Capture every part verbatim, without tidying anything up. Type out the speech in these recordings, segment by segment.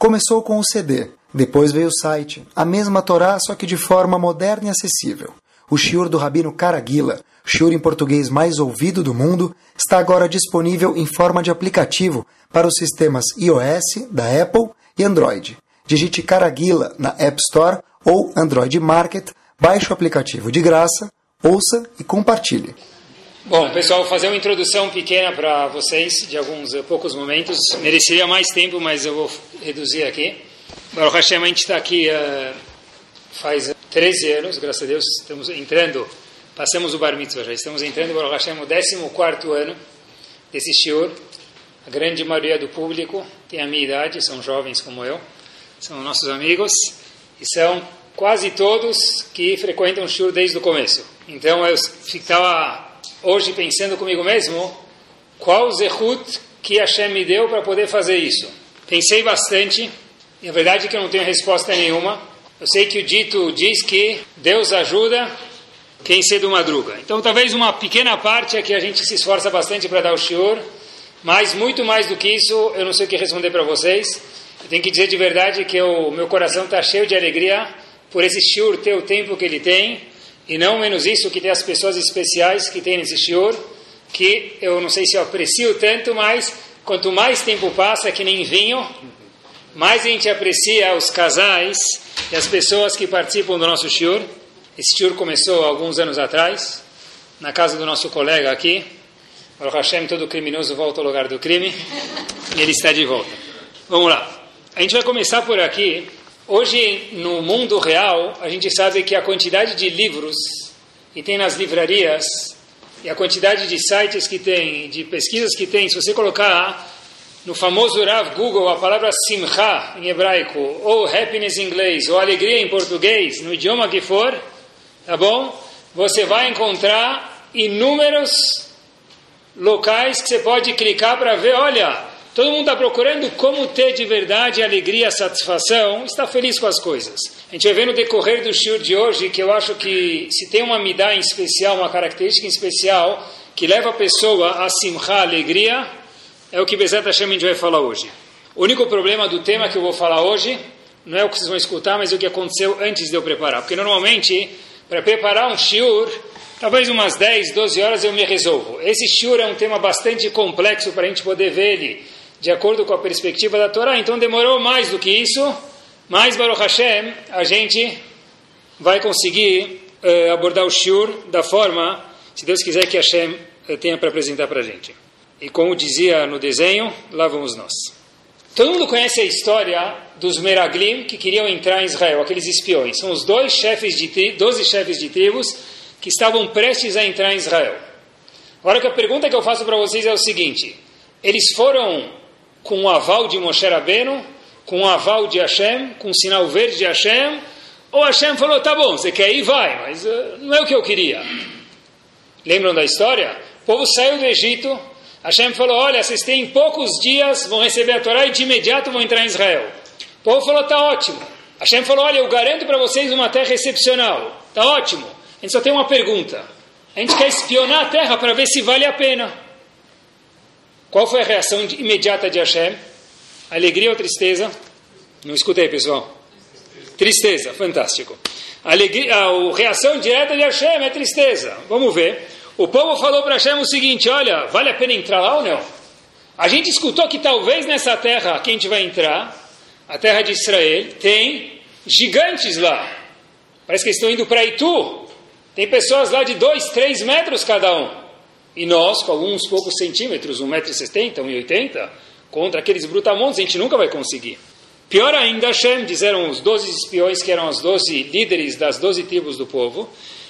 Começou com o C D, depois veio o site, a mesma Torá, só que de forma moderna e acessível. O shiur do Rabino Caraguila, o shiur em português mais ouvido do mundo, está agora disponível em forma de aplicativo para os sistemas iOS, da Apple e Android. Digite Caraguila na App Store ou Android Market, baixe o aplicativo de graça, ouça e compartilhe. Bom, pessoal, vou fazer uma introdução pequena para vocês, de alguns poucos momentos. Mereceria mais tempo, mas eu vou reduzir aqui. Baruch Hashem, a gente está aqui uh, faz treze anos, graças a Deus, estamos entrando, passamos o Bar Mitzvah já, estamos entrando, Baruch Hashem, no décimo quarto ano desse shiur. A grande maioria do público tem a minha idade, são jovens como eu, são nossos amigos, e são quase todos que frequentam o shiur desde o começo. Então eu estava hoje pensando comigo mesmo, qual o zehut que Hashem me deu para poder fazer isso? Pensei bastante, e a verdade é que eu não tenho resposta nenhuma. Eu sei que o dito diz que Deus ajuda quem cedo madruga. Então talvez uma pequena parte é que a gente se esforça bastante para dar o shiur, mas muito mais do que isso, eu não sei o que responder para vocês. Eu tenho que dizer de verdade que o meu coração está cheio de alegria por esse shiur ter o tempo que ele tem, e não menos isso, que tem as pessoas especiais que tem nesse shiur, que eu não sei se eu aprecio tanto, mas quanto mais tempo passa, que nem vinho, mais a gente aprecia os casais e as pessoas que participam do nosso shiur. Esse shiur começou alguns anos atrás, na casa do nosso colega aqui. Baruch Hashem, todo criminoso volta ao lugar do crime, e ele está de volta. Vamos lá. A gente vai começar por aqui. Hoje, no mundo real, a gente sabe que a quantidade de livros que tem nas livrarias e a quantidade de sites que tem, de pesquisas que tem, se você colocar no famoso Rav Google a palavra simcha em hebraico, ou happiness em inglês, ou alegria em português, no idioma que for, tá bom? Você vai encontrar inúmeros locais que você pode clicar para ver, olha, todo mundo está procurando como ter de verdade alegria, satisfação, está feliz com as coisas. A gente vai ver no decorrer do shiur de hoje que eu acho que se tem uma midá em especial, uma característica em especial, que leva a pessoa a simcha, a alegria, é o que Bezat Hashem a gente vai falar hoje. O único problema do tema que eu vou falar hoje não é o que vocês vão escutar, mas é o que aconteceu antes de eu preparar. Porque normalmente, para preparar um shiur, talvez umas dez, doze horas eu me resolvo. Esse shiur é um tema bastante complexo para a gente poder ver ele de acordo com a perspectiva da Torá, então demorou mais do que isso, mas Baruch Hashem, a gente vai conseguir uh, abordar o shiur da forma, se Deus quiser, que Hashem uh, tenha para apresentar para a gente. E como dizia no desenho, lá vamos nós. Todo mundo conhece a história dos Meraglim que queriam entrar em Israel, aqueles espiões. São os dois chefes de tri, doze chefes de tribos que estavam prestes a entrar em Israel. Agora que a pergunta que eu faço para vocês é o seguinte: eles foram com o aval de Moshe Rabbeinu, com o aval de Hashem, com o sinal verde de Hashem, ou Hashem falou, tá bom, você quer ir, vai, mas uh, não é o que eu queria. Lembram da história? O povo saiu do Egito, Hashem falou, olha, vocês têm poucos dias, vão receber a Torá e de imediato vão entrar em Israel. O povo falou, tá ótimo. Hashem falou, olha, eu garanto para vocês uma terra excepcional. Tá ótimo. A gente só tem uma pergunta. A gente quer espionar a terra para ver se vale a pena. Qual foi a reação de, imediata de Hashem? Alegria ou tristeza? Não escutei, pessoal. Tristeza, fantástico. Alegria, a reação direta de Hashem é tristeza. Vamos ver. O povo falou para Hashem o seguinte, olha, vale a pena entrar lá ou não? A gente escutou que talvez nessa terra que a gente vai entrar, a terra de Israel, tem gigantes lá. Parece que estão indo para Itu. Tem pessoas lá de dois, três metros cada um. E nós, com alguns poucos centímetros, um metro e sessenta, um e oitenta, contra aqueles brutamontes, a gente nunca vai conseguir. Pior ainda, Hashem, disseram os doze espiões, que eram os doze líderes das doze tribos do povo,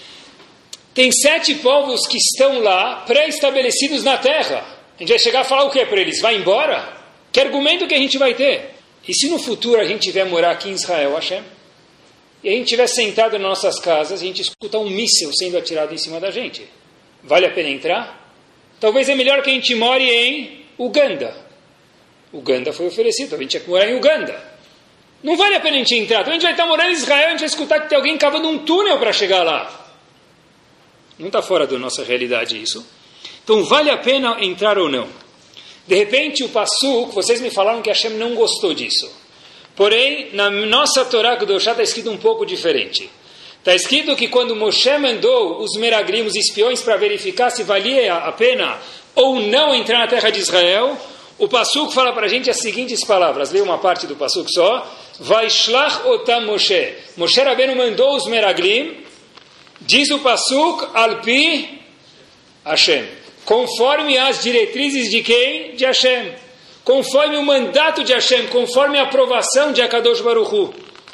tem sete povos que estão lá, pré-estabelecidos na terra. A gente vai chegar a falar o que para eles? Vai embora? Que argumento que a gente vai ter? E se no futuro a gente vier morar aqui em Israel, Hashem, e a gente estiver sentado nas nossas casas, e a gente escutar um míssil sendo atirado em cima da gente, vale a pena entrar? Talvez é melhor que a gente more em Uganda. Uganda foi oferecido, a gente tinha que morar em Uganda. Não vale a pena a gente entrar. Então a gente vai estar morando em Israel, a gente vai escutar que tem alguém cavando um túnel para chegar lá. Não está fora da nossa realidade isso. Então vale a pena entrar ou não? De repente o Passuk, vocês me falaram que Hashem não gostou disso. Porém, na nossa Torá Kedoshá está escrito um pouco diferente. Está escrito que quando Moshe mandou os meraglim, os espiões, para verificar se valia a pena ou não entrar na terra de Israel, o Pasuk fala para a gente as seguintes palavras. Leia uma parte do Pasuk só. Vaishlach otam Moshe. Moshe Rabbeinu mandou os meraglim, diz o Pasuk, alpi Hashem. Conforme as diretrizes de quem? De Hashem. Conforme o mandato de Hashem, conforme a aprovação de Akadosh Baruch Hu.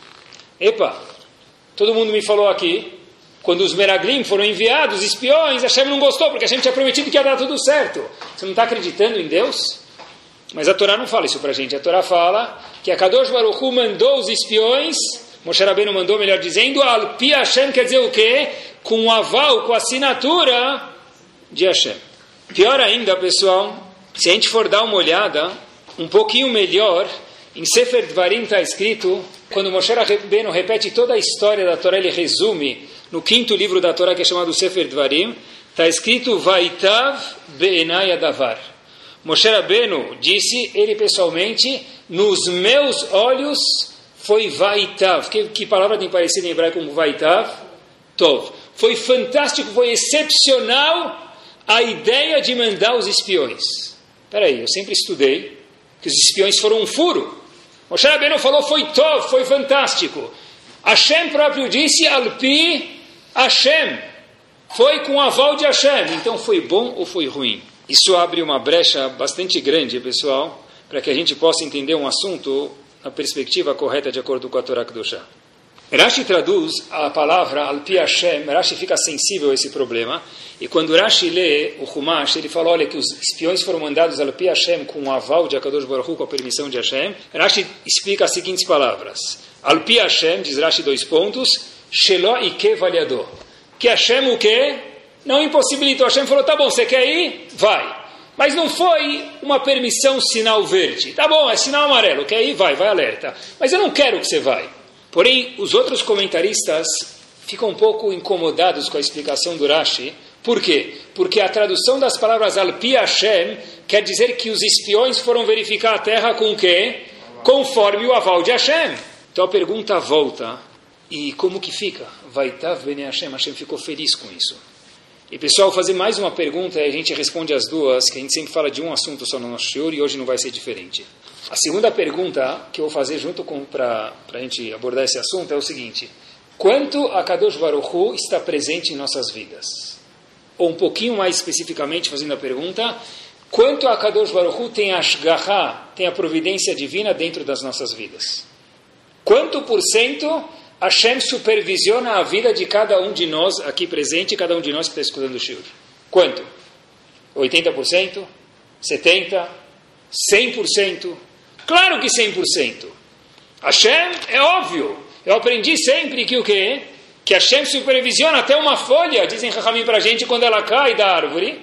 Epa, todo mundo me falou aqui, quando os meraglim foram enviados, os espiões, Hashem não gostou, porque Hashem tinha prometido que ia dar tudo certo. Você não está acreditando em Deus? Mas a Torá não fala isso para a gente. A Torá fala que Akadosh Baruch Hu mandou os espiões, Moshe Rabbeinu mandou, melhor dizendo, Alpi Hashem quer dizer o quê? Com o aval, com a assinatura de Hashem. Pior ainda, pessoal, se a gente for dar uma olhada um pouquinho melhor, em Sefer Dvarim está escrito, quando Moshe Rabbeinu repete toda a história da Torá, ele resume no quinto livro da Torá, que é chamado Sefer Dvarim, está escrito Vaitav Be'enai Adavar. Moshe Rabbeinu disse, ele pessoalmente, nos meus olhos foi Vaitav. Que, que palavra tem parecido em hebraico como Vaitav? Tov. Foi fantástico, foi excepcional a ideia de mandar os espiões. Espera aí, eu sempre estudei que os espiões foram um furo. Moshe Rabbeinu falou, foi Tov, foi fantástico. Hashem próprio disse, Alpi Hashem. Foi com o aval de Hashem. Então foi bom ou foi ruim? Isso abre uma brecha bastante grande, pessoal, para que a gente possa entender um assunto na perspectiva correta de acordo com a Torá Kedoshá. Rashi traduz a palavra Alpi Hashem, Rashi fica sensível a esse problema, e quando Rashi lê o Humash, ele fala, olha, que os espiões foram mandados Alpi Hashem com o aval de Akadosh Baruch Hu, com a permissão de Hashem. Rashi explica as seguintes palavras. Alpi Hashem, diz Rashi, dois pontos, Shelo Ike Valiador. Que Hashem o quê? Não impossibilitou. Hashem falou, tá bom, você quer ir? Vai. Mas não foi uma permissão sinal verde. Tá bom, é sinal amarelo, quer ir? Vai, vai alerta. Mas eu não quero que você vai. Porém, os outros comentaristas ficam um pouco incomodados com a explicação do Rashi. Por quê? Porque a tradução das palavras Alpi Hashem quer dizer que os espiões foram verificar a terra com o quê? Conforme o aval de Hashem. Então a pergunta volta. E como que fica? Vaitav Bene Hashem. Hashem ficou feliz com isso. E pessoal, fazer mais uma pergunta e a gente responde as duas, que a gente sempre fala de um assunto só no nosso shiur e hoje não vai ser diferente. A segunda pergunta que eu vou fazer junto com para a gente abordar esse assunto é o seguinte: quanto a Kadosh Baruch Hu está presente em nossas vidas? Ou um pouquinho mais especificamente fazendo a pergunta, quanto a Kadosh Baruch Hu tem a Ashgaha, tem a providência divina dentro das nossas vidas? Quanto por cento Hashem supervisiona a vida de cada um de nós aqui presente e cada um de nós que está escutando o shiur? Quanto? oitenta por cento? setenta por cento? cem por cento? Claro que cem por cento. Hashem é óbvio. Eu aprendi sempre que o quê? Que Hashem supervisiona até uma folha, dizem Chachamim para a gente, quando ela cai da árvore.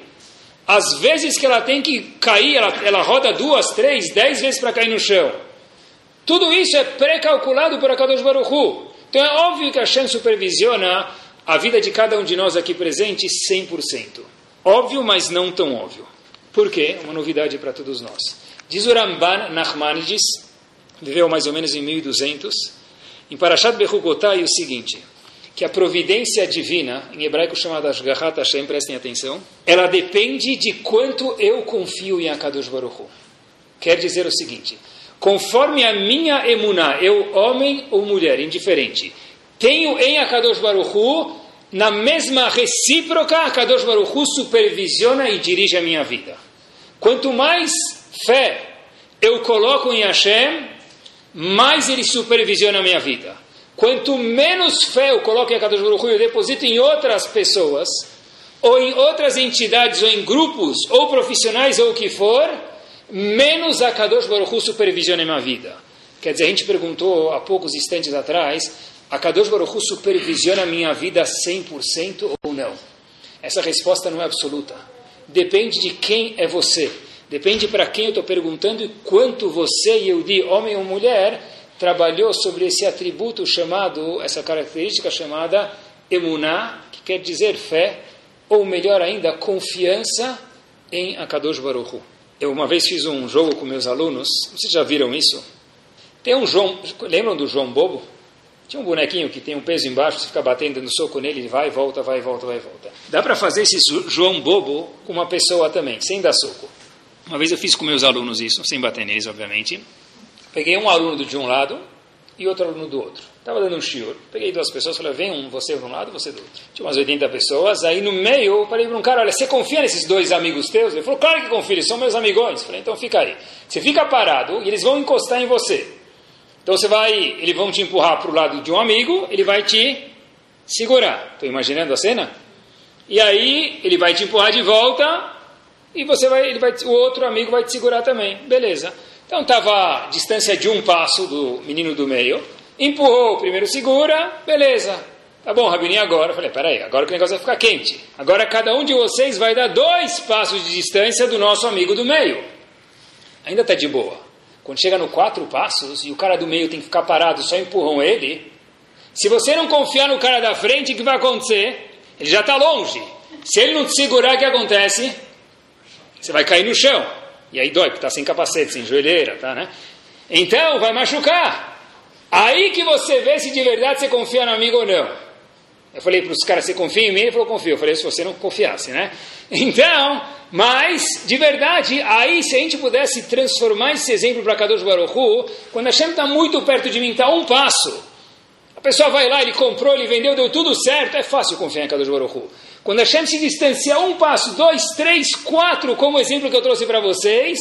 Às vezes que ela tem que cair, ela, ela roda duas, três, dez vezes para cair no chão. Tudo isso é pré-calculado por Akadosh Baruch Hu. Então é óbvio que Hashem supervisiona a vida de cada um de nós aqui presente cem por cento. Óbvio, mas não tão óbvio. Por quê? É uma novidade para todos nós. Diz o Ramban Nachmanides, viveu mais ou menos em mil e duzentos, em Parashat Bechukotai, o seguinte, que a providência divina, em hebraico chamada Ashgahat Hashem, prestem atenção, ela depende de quanto eu confio em Akadosh Baruch Hu. Quer dizer o seguinte: conforme a minha emuná, eu, homem ou mulher, indiferente, tenho em Akadosh Baruch Hu, na mesma recíproca, Akadosh Baruch Hu supervisiona e dirige a minha vida. Quanto mais fé eu coloco em Hashem, mais ele supervisiona a minha vida. Quanto menos fé eu coloco em Akadosh Baruch Hu, eu deposito em outras pessoas, ou em outras entidades, ou em grupos, ou profissionais, ou o que for, menos a Kadosh Baruch Hu supervisiona a minha vida. Quer dizer, a gente perguntou há poucos instantes atrás, a Kadosh Baruch Hu supervisiona a minha vida cem por cento ou não? Essa resposta não é absoluta. Depende de quem é você. Depende para quem eu estou perguntando e quanto você, Yehudi, homem ou mulher, trabalhou sobre esse atributo chamado, essa característica chamada emuná, que quer dizer fé, ou melhor ainda, confiança em Akadosh Baruch Hu. Eu uma vez fiz um jogo com meus alunos, vocês já viram isso? Tem um João, lembram do João Bobo? Tinha um bonequinho que tem um peso embaixo, você fica batendo no soco nele, ele vai, volta, vai, volta, vai, volta. Dá para fazer esse João Bobo com uma pessoa também, sem dar soco. Uma vez eu fiz com meus alunos isso, sem bater neles, obviamente. Peguei um aluno de um lado e outro aluno do outro. Estava dando um shiur. Peguei duas pessoas, falei, vem um, você de um lado, você do outro. Tinha umas oitenta pessoas, aí no meio eu falei para um cara, olha, você confia nesses dois amigos teus? Ele falou, claro que confio, eles são meus amigões. Falei, então fica aí. Você fica parado e eles vão encostar em você. Então você vai, eles vão te empurrar para o lado de um amigo, ele vai te segurar. Estou imaginando a cena? E aí ele vai te empurrar de volta e você vai, ele vai, o outro amigo vai te segurar também. Beleza. Então estava a distância de um passo do menino do meio, empurrou, o primeiro segura, beleza. Tá bom, Rabini, agora? Eu falei, peraí, agora que o negócio vai ficar quente. Agora cada um de vocês vai dar dois passos de distância do nosso amigo do meio. Ainda está de boa. Quando chega no quatro passos e o cara do meio tem que ficar parado, só empurram ele. Se você não confiar no cara da frente, o que vai acontecer? Ele já está longe. Se ele não te segurar, o que acontece? Você vai cair no chão. E aí dói, porque está sem capacete, sem joelheira, tá, né? Então, vai machucar. Aí que você vê se de verdade você confia no amigo ou não. Eu falei para os caras, você confia em mim? Ele falou, confio. Eu falei, se você não confiasse, né? Então, mas, de verdade, aí se a gente pudesse transformar esse exemplo para Kadosh Baruch Hu, quando a Hashem está muito perto de mim, está um passo. A pessoa vai lá, ele comprou, ele vendeu, deu tudo certo, é fácil confiar em Kadosh Baruch Hu. Quando a Hashem se distancia um passo, dois, três, quatro, como o exemplo que eu trouxe para vocês,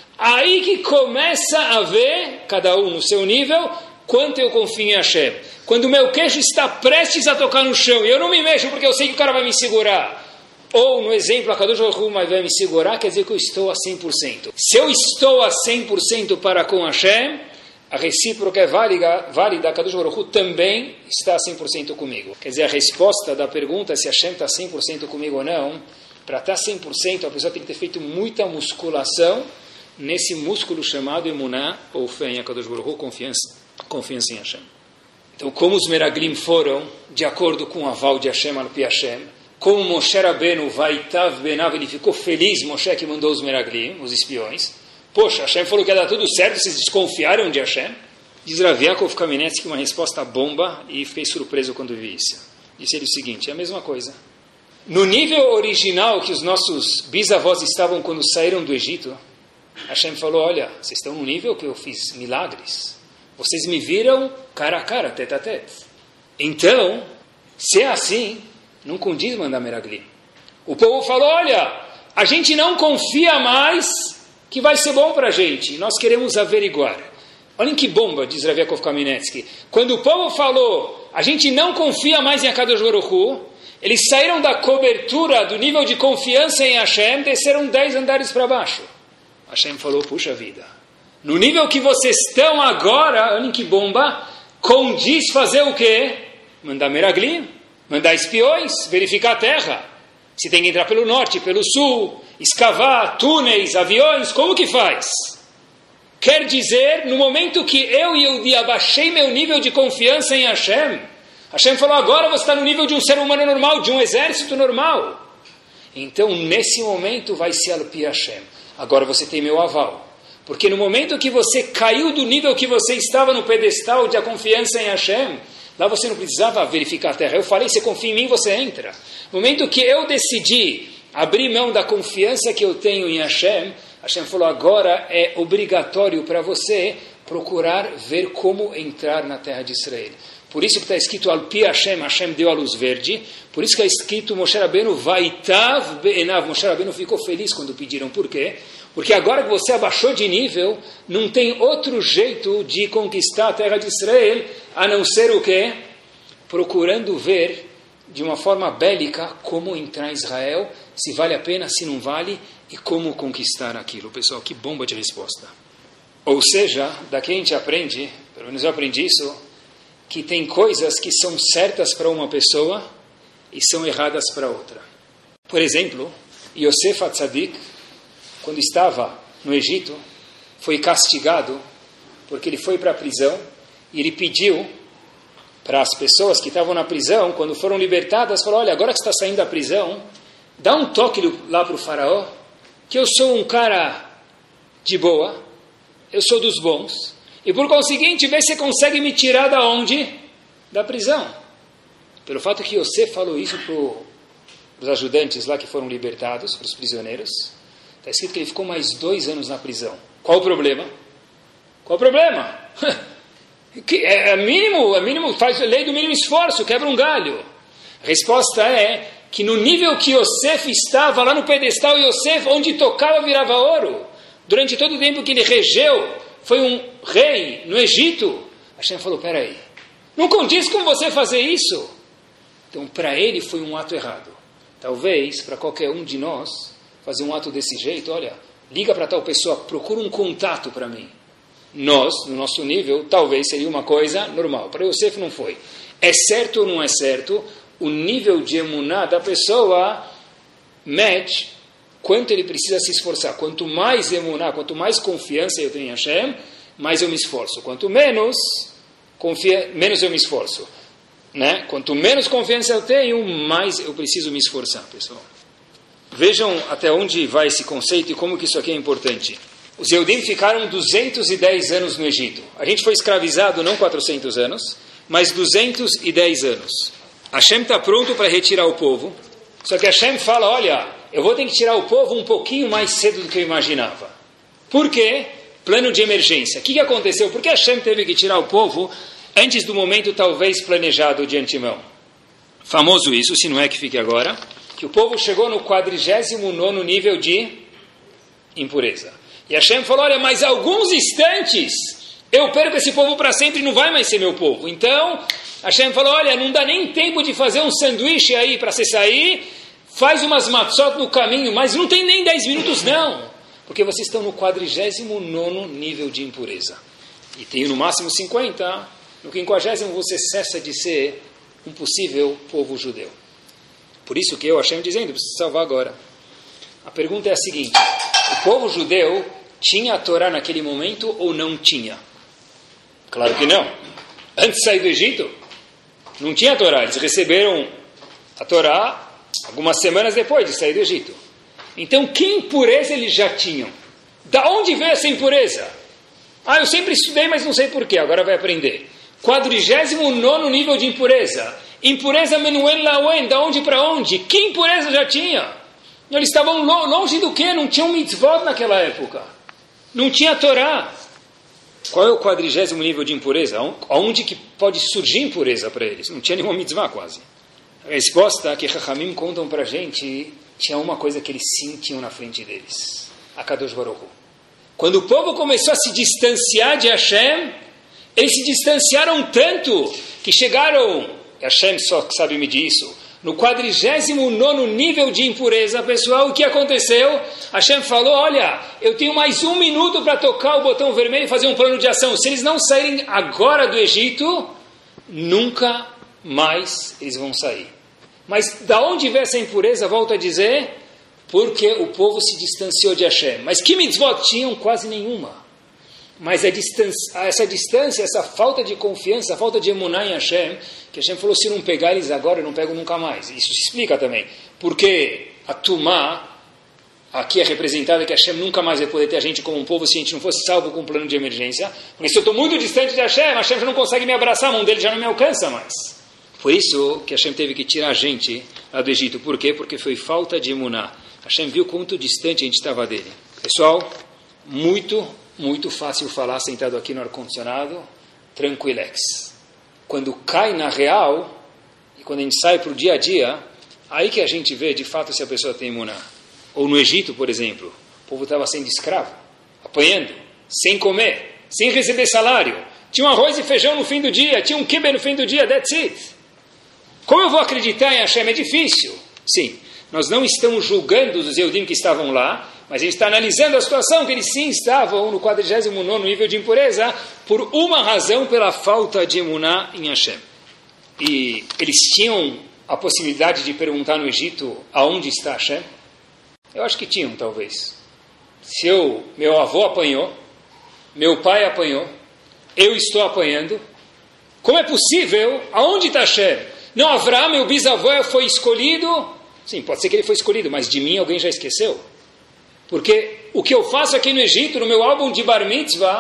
aí que começa a ver, cada um no seu nível, quanto eu confio em Hashem. Quando o meu queixo está prestes a tocar no chão, e eu não me mexo porque eu sei que o cara vai me segurar. Ou, no exemplo, a Kadosh Baruch Hu vai me segurar, quer dizer que eu estou a cem por cento. Se eu estou a cem por cento para com Hashem, a recíproca é válida, válida, a Kadosh Baruch Hu também está a cem por cento comigo. Quer dizer, a resposta da pergunta se Hashem está cem por cento comigo ou não, para estar cem por cento a pessoa tem que ter feito muita musculação nesse músculo chamado emuná, ou fé em Kadosh Baruch Hu, confiança, confiança em Hashem. Então, como os Meraglim foram, de acordo com o aval de Hashem, al-Pi Hashem, como Moshe Rabbeinu, Vaitav Benav, ele ficou feliz, Moshe que mandou os Meraglim, os espiões. Poxa, Hashem falou que ia dar tudo certo, vocês desconfiaram de Hashem? Diz Rav Yaakov Kamenetsky uma resposta bomba e fiquei surpreso quando vi isso. Disse ele o seguinte, é a mesma coisa. No nível original que os nossos bisavós estavam quando saíram do Egito, Hashem falou, olha, vocês estão no nível que eu fiz milagres. Vocês me viram cara a cara, tete a tete. Então, se é assim, não condiz mandar Meraglim. O povo falou, olha, a gente não confia mais que vai ser bom para a gente. Nós queremos averiguar. Olhem que bomba, diz Rav Yaakov Kamenetsky. Quando o povo falou, a gente não confia mais em Akadosh Baruch Hu, eles saíram da cobertura do nível de confiança em Hashem, desceram dez andares para baixo. Hashem falou, puxa vida. No nível que vocês estão agora, olhem que bomba, condiz fazer o quê? Mandar Meraglim, mandar espiões, verificar a terra. Se tem que entrar pelo norte, pelo sul, escavar túneis, aviões, como que faz? Quer dizer, no momento que eu e Yehudi abaixei meu nível de confiança em Hashem, Hashem falou, agora você está no nível de um ser humano normal, de um exército normal. Então, nesse momento, vai ser al-Pi Hashem. Agora você tem meu aval. Porque no momento que você caiu do nível que você estava no pedestal de a confiança em Hashem, lá você não precisava verificar a terra. Eu falei, você confia em mim, você entra. No momento que eu decidi abrir mão da confiança que eu tenho em Hashem, Hashem falou, agora é obrigatório para você procurar ver como entrar na terra de Israel. Por isso que está escrito al-Pi Hashem, Hashem deu a luz verde. Por isso que é escrito Moshe Rabbeinu, Vaitav Be'enav. Moshe Rabbeinu ficou feliz quando pediram. Por quê? Porque agora que você abaixou de nível, não tem outro jeito de conquistar a terra de Israel, a não ser o quê? Procurando ver, de uma forma bélica, como entrar em Israel, se vale a pena, se não vale, e como conquistar aquilo. Pessoal, que bomba de resposta. Ou seja, daqui a gente aprende, pelo menos eu aprendi isso, que tem coisas que são certas para uma pessoa e são erradas para outra. Por exemplo, Yosef Atzadik, quando estava no Egito, foi castigado porque ele foi para a prisão e ele pediu para as pessoas que estavam na prisão, quando foram libertadas, falou, olha, agora que você está saindo da prisão, dá um toque lá para o faraó, que eu sou um cara de boa, eu sou dos bons, E por conseguinte, vê se você consegue me tirar da onde? Da prisão. Pelo fato que Yosef falou isso para os ajudantes lá que foram libertados, para os prisioneiros, está escrito que ele ficou mais dois anos na prisão. Qual o problema? Qual o problema? que é, é mínimo, é mínimo, faz a lei do mínimo esforço, quebra um galho. A resposta é que no nível que Yosef estava, lá no pedestal, Yosef, onde tocava, virava ouro. Durante todo o tempo que ele regeu, foi um rei no Egito. Hashem falou, peraí, não condiz com você fazer isso? Então, para ele foi um ato errado. Talvez, para qualquer um de nós, fazer um ato desse jeito, olha, liga para tal pessoa, procura um contato para mim. Nós, no nosso nível, talvez seria uma coisa normal. Para Yosef não foi. É certo ou não é certo? O nível de emuná da pessoa mede quanto ele precisa se esforçar. Quanto mais emuná, quanto mais confiança eu tenho em Hashem, mais eu me esforço. Quanto menos, confia, menos eu me esforço. Né? Quanto menos confiança eu tenho, mais eu preciso me esforçar, pessoal. Vejam até onde vai esse conceito e como que isso aqui é importante. Os Yehudim ficaram duzentos e dez anos no Egito. A gente foi escravizado não quatrocentos anos, mas duzentos e dez anos. Hashem está pronto para retirar o povo, só que Hashem fala, olha, eu vou ter que tirar o povo um pouquinho mais cedo do que eu imaginava. Por quê? Plano de emergência. O que, que aconteceu? Por que Hashem teve que tirar o povo antes do momento talvez planejado de antemão? Famoso isso, se não é que fique agora, que o povo chegou no quadrigésimo nono nível de impureza. E Hashem falou, olha, mas alguns instantes eu perco esse povo para sempre e não vai mais ser meu povo. Então, Hashem falou, olha, não dá nem tempo de fazer um sanduíche aí para você sair, faz umas matzot no caminho, mas não tem nem dez minutos não, porque vocês estão no quadrigésimo nono nível de impureza. E tem no máximo cinquenta, no quinquagésimo você cessa de ser um possível povo judeu. Por isso que eu, Hashem, dizendo, preciso salvar agora. A pergunta é a seguinte, o povo judeu tinha a Torá naquele momento ou não tinha? Claro que não. Antes de sair do Egito, não tinha a Torá. Eles receberam a Torá algumas semanas depois de sair do Egito. Então, que impureza eles já tinham? Da onde veio essa impureza? Ah, eu sempre estudei, mas não sei porquê. Agora vai aprender. Quadrigésimo nono nível de impureza. Impureza menuen lauen. Da onde para onde? Que impureza já tinha? Eles estavam longe do quê? Não tinham mitzvot naquela época. Não tinha Torá. Qual é o quadrigésimo nível de impureza? Aonde que pode surgir impureza para eles? Não tinha nenhuma mitzvah quase. A resposta que Chachamim contam para a gente, tinha uma coisa que eles sentiam na frente deles. A Kadosh Baruch Hu. Quando o povo começou a se distanciar de Hashem, eles se distanciaram tanto que chegaram, Hashem só sabe medir isso, no quadrigésimo nono nível de impureza, pessoal, o que aconteceu? Hashem falou, olha, eu tenho mais um minuto para tocar o botão vermelho e fazer um plano de ação. Se eles não saírem agora do Egito, nunca mais eles vão sair. Mas da onde veio essa impureza, volto a dizer, porque o povo se distanciou de Hashem. Mas que mitzvot tinham? Quase nenhuma. Mas a distância, essa distância, essa falta de confiança, a falta de emuná em Hashem, que Hashem falou, se não pegar eles agora, eu não pego nunca mais. Isso se explica também. Porque a Tumá, aqui é representada que Hashem nunca mais vai poder ter a gente como um povo se a gente não fosse salvo com um plano de emergência. Porque se eu estou muito distante de Hashem, Hashem já não consegue me abraçar, a mão dele já não me alcança mais. Por isso que Hashem teve que tirar a gente lá do Egito. Por quê? Porque foi falta de emuná. Hashem viu quanto distante a gente estava dele. Pessoal, muito... Muito fácil falar sentado aqui no ar-condicionado, tranquilex. Quando cai na real, e quando a gente sai para o dia a dia, aí que a gente vê de fato se a pessoa tem emuná. Ou no Egito, por exemplo, o povo estava sendo escravo, apanhando, sem comer, sem receber salário. Tinha um arroz e feijão no fim do dia, tinha um kibbeh no fim do dia, that's it. Como eu vou acreditar em Hashem? É difícil. Sim, nós não estamos julgando os Yehudim que estavam lá, mas a gente está analisando a situação que eles sim estavam no quadrigésimo nono nível de impureza por uma razão, pela falta de emuná em Hashem. E eles tinham a possibilidade de perguntar no Egito aonde está Hashem? Eu acho que tinham, talvez. Se eu, meu avô apanhou, meu pai apanhou, eu estou apanhando, como é possível? Aonde está Hashem? Não, Avraham, meu bisavô, foi escolhido? Sim, pode ser que ele foi escolhido, mas de mim alguém já esqueceu. Porque o que eu faço aqui no Egito, no meu álbum de Bar Mitzvah,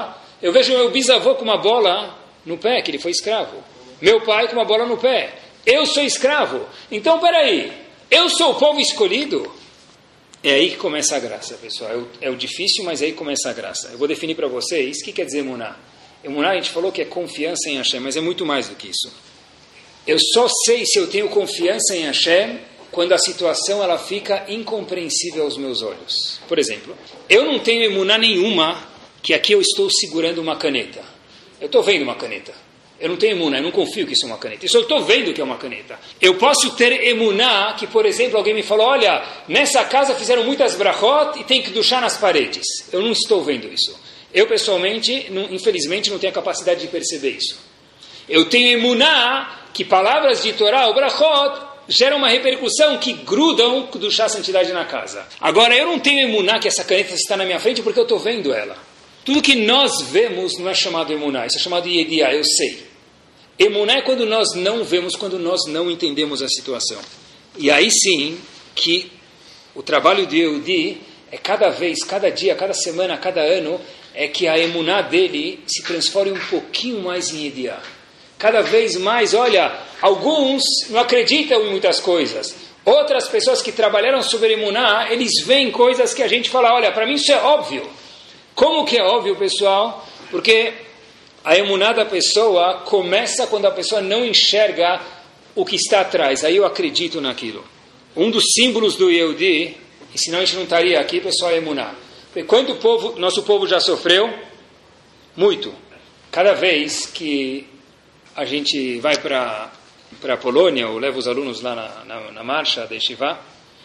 Eu vejo meu bisavô com uma bola no pé, que ele foi escravo. Meu pai com uma bola no pé. Eu sou escravo. Então, peraí, eu sou o povo escolhido? É aí que começa a graça, pessoal. É o, é o difícil, mas é aí que começa a graça. Eu vou definir para vocês o que quer dizer emuná. Emuná, a gente falou que é confiança em Hashem, mas é muito mais do que isso. Eu só sei se eu tenho confiança em Hashem quando a situação ela fica incompreensível aos meus olhos. Por exemplo, eu não tenho emuná nenhuma que aqui eu estou segurando uma caneta. Eu estou vendo uma caneta. Eu não tenho emuná, eu não confio que isso é uma caneta. Isso eu estou vendo que é uma caneta. Eu posso ter emuná que, por exemplo, alguém me falou, olha, nessa casa fizeram muitas brachot e tem que duchar nas paredes. Eu não estou vendo isso. Eu, pessoalmente, não, infelizmente, não tenho a capacidade de perceber isso. Eu tenho emuná que palavras de Torá, o brachot, geram uma repercussão que grudam do chá santidade na casa. Agora, eu não tenho emuná que essa caneta está na minha frente porque eu estou vendo ela. Tudo que nós vemos não é chamado emuná, isso é chamado yediá, eu sei. Emuná é quando nós não vemos, quando nós não entendemos a situação. E aí sim, que o trabalho de Yehudi é cada vez, cada dia, cada semana, cada ano, é que a emuná dele se transforme um pouquinho mais em yediá. Cada vez mais, olha, alguns não acreditam em muitas coisas. Outras pessoas que trabalharam sobre emuná, eles veem coisas que a gente fala, olha, para mim isso é óbvio. Como que é óbvio, pessoal? Porque a emuná da pessoa começa quando a pessoa não enxerga o que está atrás. Aí eu acredito naquilo. Um dos símbolos do Yehudi, e senão a gente não estaria aqui, pessoal, é emuná. Porque quando o povo, nosso povo já sofreu? Muito. Cada vez que a gente vai para a Polônia, ou leva os alunos lá na, na, na marcha da Yeshiva,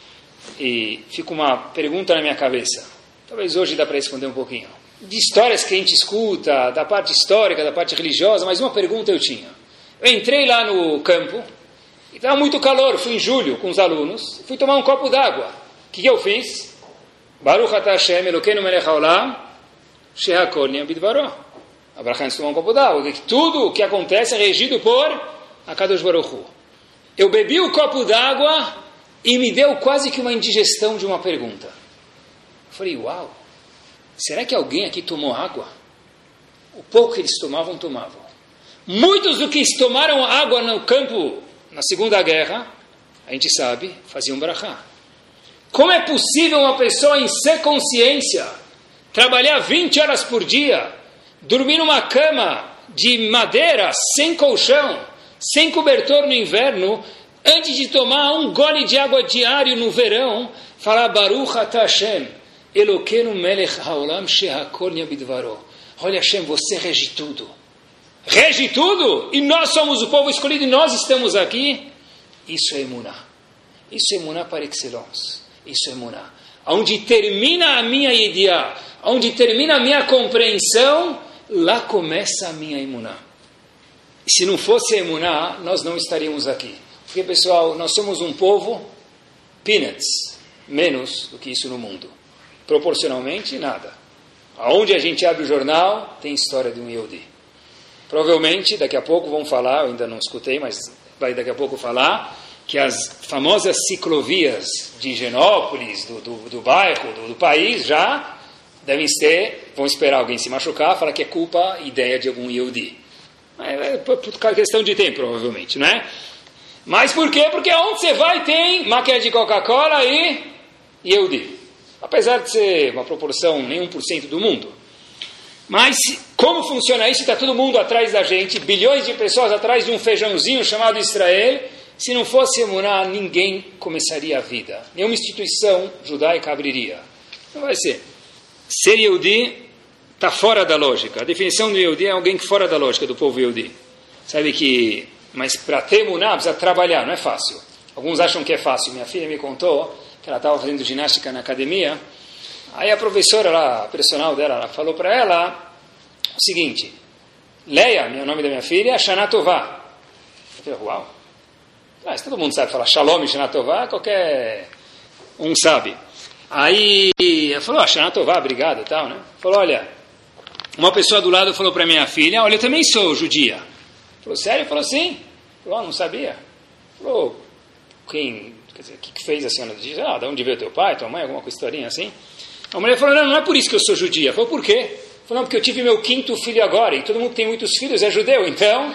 e fica uma pergunta na minha cabeça. Talvez hoje dá para responder um pouquinho. De histórias que a gente escuta, da parte histórica, da parte religiosa, mas uma pergunta eu tinha. Eu entrei lá no campo, e estava muito calor, fui em julho com os alunos, fui tomar um copo d'água. O que, que eu fiz? Baruch atah Hashem Elokeinu melech haolam, shehakol nהיה bidvaro. A brachá antes de tomar um copo d'água, que tudo o que acontece é regido por Akadosh Baruch Hu. Eu bebi o copo d'água e me deu quase que uma indigestão de uma pergunta. Eu falei, uau, será que alguém aqui tomou água? O pouco que eles tomavam, tomavam. Muitos dos que tomaram água no campo na Segunda Guerra, a gente sabe, faziam brachá. Como é possível uma pessoa em sã consciência trabalhar vinte horas por dia, dormir numa cama de madeira, sem colchão, sem cobertor no inverno, antes de tomar um gole de água diário no verão, falar Baruch atah Hashem, Elokeinu melech haolam shehakol nהיה bidvaro. Olha, Hashem, você rege tudo. Rege tudo? E nós somos o povo escolhido e nós estamos aqui? Isso é emuná. Isso é emuná par excellence. Isso é emuná. Onde termina a minha yediá, onde termina a minha compreensão, lá começa a minha emuná. E se não fosse a emuná, nós não estaríamos aqui. Porque, pessoal, nós somos um povo peanuts, menos do que isso no mundo. Proporcionalmente, nada. Aonde a gente abre o jornal, tem história de um Yehudi. Provavelmente, daqui a pouco vão falar, eu ainda não escutei, mas vai daqui a pouco falar, que as famosas ciclovias de Higienópolis, do, do, do bairro, do, do país, já devem ter, vão esperar alguém se machucar, falar que é culpa, ideia de algum Yehudi. É, é por questão de tempo, provavelmente, não é? Mas por quê? Porque onde você vai tem máquina de Coca-Cola e Yehudi. Apesar de ser uma proporção nem um por cento do mundo. Mas como funciona isso? Está todo mundo atrás da gente, bilhões de pessoas atrás de um feijãozinho chamado Israel. Se não fosse emuná, ninguém começaria a vida. Nenhuma instituição judaica abriria. Não vai ser. Ser Yehudi está fora da lógica. A definição do Yehudi é alguém fora da lógica do povo Yehudi. Sabe que... Mas para ter emuná precisa trabalhar, não é fácil. Alguns acham que é fácil. Minha filha me contou que ela estava fazendo ginástica na academia. Aí a professora lá, a personal dela, ela falou para ela o seguinte: Leia, o nome da minha filha, Shana Tová. Eu falei, uau. Ah, todo mundo sabe falar Shalom e Shana Tová, qualquer um sabe. Aí ela falou, ah, Shana Tová, obrigado e tal, né? Falou, olha, uma pessoa do lado falou para minha filha, olha, eu também sou judia. Falou, sério? Falou, sim. Falou, ah, não sabia. Falou, quem, quer dizer, o que fez a senhora? Diz, ah, de onde veio teu pai, tua mãe, alguma historinha assim? A mulher falou, não, não é por isso que eu sou judia. Falou, por quê? Falou, não, porque eu tive meu quinto filho agora, e todo mundo que tem muitos filhos é judeu, então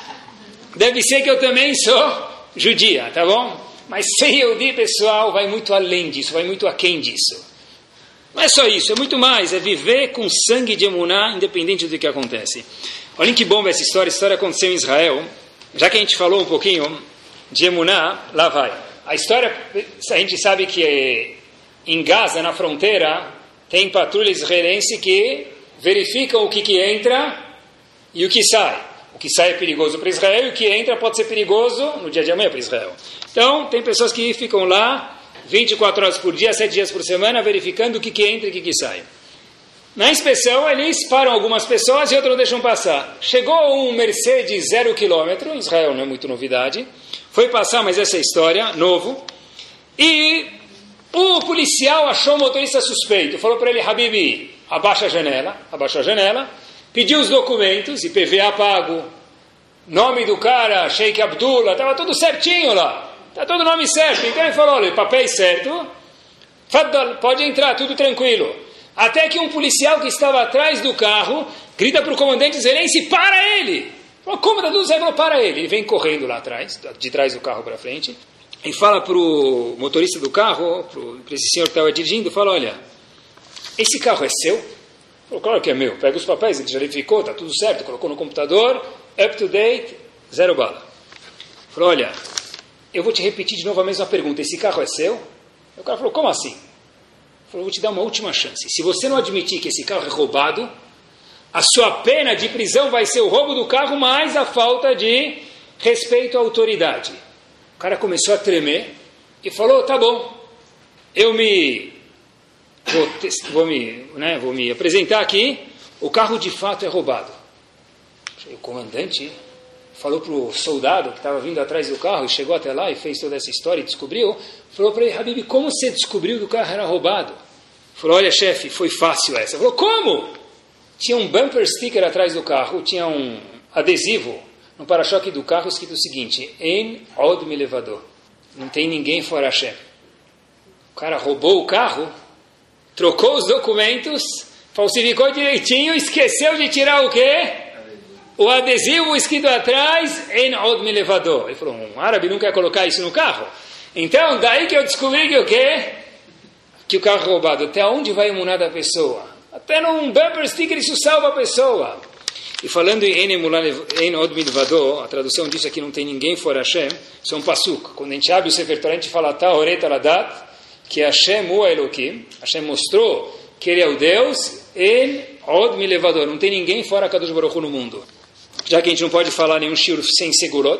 deve ser que eu também sou judia, tá bom? Mas ser Yehudi, pessoal, vai muito além disso, vai muito aquém disso. Não é só isso, é muito mais, é viver com sangue de emuná, independente do que acontece. Olhem que bomba essa história, a história aconteceu em Israel. Já que a gente falou um pouquinho de emuná, lá vai. A história, a gente sabe que em Gaza, na fronteira, tem patrulha israelense que verificam o que, que entra e o que sai. O que sai é perigoso para Israel e o que entra pode ser perigoso no dia de amanhã para Israel. Então, tem pessoas que ficam lá vinte e quatro horas por dia, sete dias por semana, verificando o que, que entra e o que, que sai. Na inspeção, eles param algumas pessoas e outras não deixam passar. Chegou um Mercedes zero quilômetro, Israel não é muito novidade, foi passar, mas essa é a história, novo, e o policial achou o motorista suspeito, falou para ele, Habibi, abaixa a janela, abaixa a janela, pediu os documentos, I P V A pago, nome do cara, Sheikh Abdullah, estava tudo certinho lá. Está todo o nome certo. Então ele falou, olha, papéis certo, pode entrar, tudo tranquilo. Até que um policial que estava atrás do carro grita para o comandante Zelensky, para ele! Falou, como está tudo certo? Falou, para ele. Ele vem correndo lá atrás, de trás do carro para frente, e fala para o motorista do carro, para esse senhor que estava dirigindo, fala, olha, esse carro é seu? Falou, claro que é meu. Pega os papéis, ele já verificou, está tudo certo, colocou no computador, up to date, zero bala. Falou, olha, eu vou te repetir de novo a mesma pergunta. Esse carro é seu? O cara falou, como assim? Ele falou, vou te dar uma última chance. Se você não admitir que esse carro é roubado, a sua pena de prisão vai ser o roubo do carro mais a falta de respeito à autoridade. O cara começou a tremer e falou, tá bom, eu me vou, vou, me, né, vou me apresentar aqui, o carro de fato é roubado. O comandante falou para o soldado que estava vindo atrás do carro, e chegou até lá e fez toda essa história e descobriu, falou para ele, Habib, como você descobriu que o carro era roubado? Falou, olha chefe, foi fácil essa. Falou, como? Tinha um bumper sticker atrás do carro, tinha um adesivo no para-choque do carro escrito o seguinte, En od milevador, não tem ninguém fora Hashem. O cara roubou o carro, trocou os documentos, falsificou direitinho, esqueceu de tirar o quê? O adesivo escrito atrás, En od milevador. Ele falou, um árabe não quer colocar isso no carro? Então, daí que eu descobri que o quê? Que o carro é roubado. Até onde vai a emuná da pessoa? Até num bumper sticker isso salva a pessoa. E falando em En od milevador, a tradução disso aqui não tem ninguém fora Hashem, isso é um pasuk. Quando a gente abre o Sefer Torah, a gente fala Ta'oret aladat, que Hashem hu Elokim, Hashem mostrou que ele é o Deus, En od milevador, não tem ninguém fora Kadosh Baruch Hu no mundo. Já que a gente não pode falar nenhum shiur sem segurot,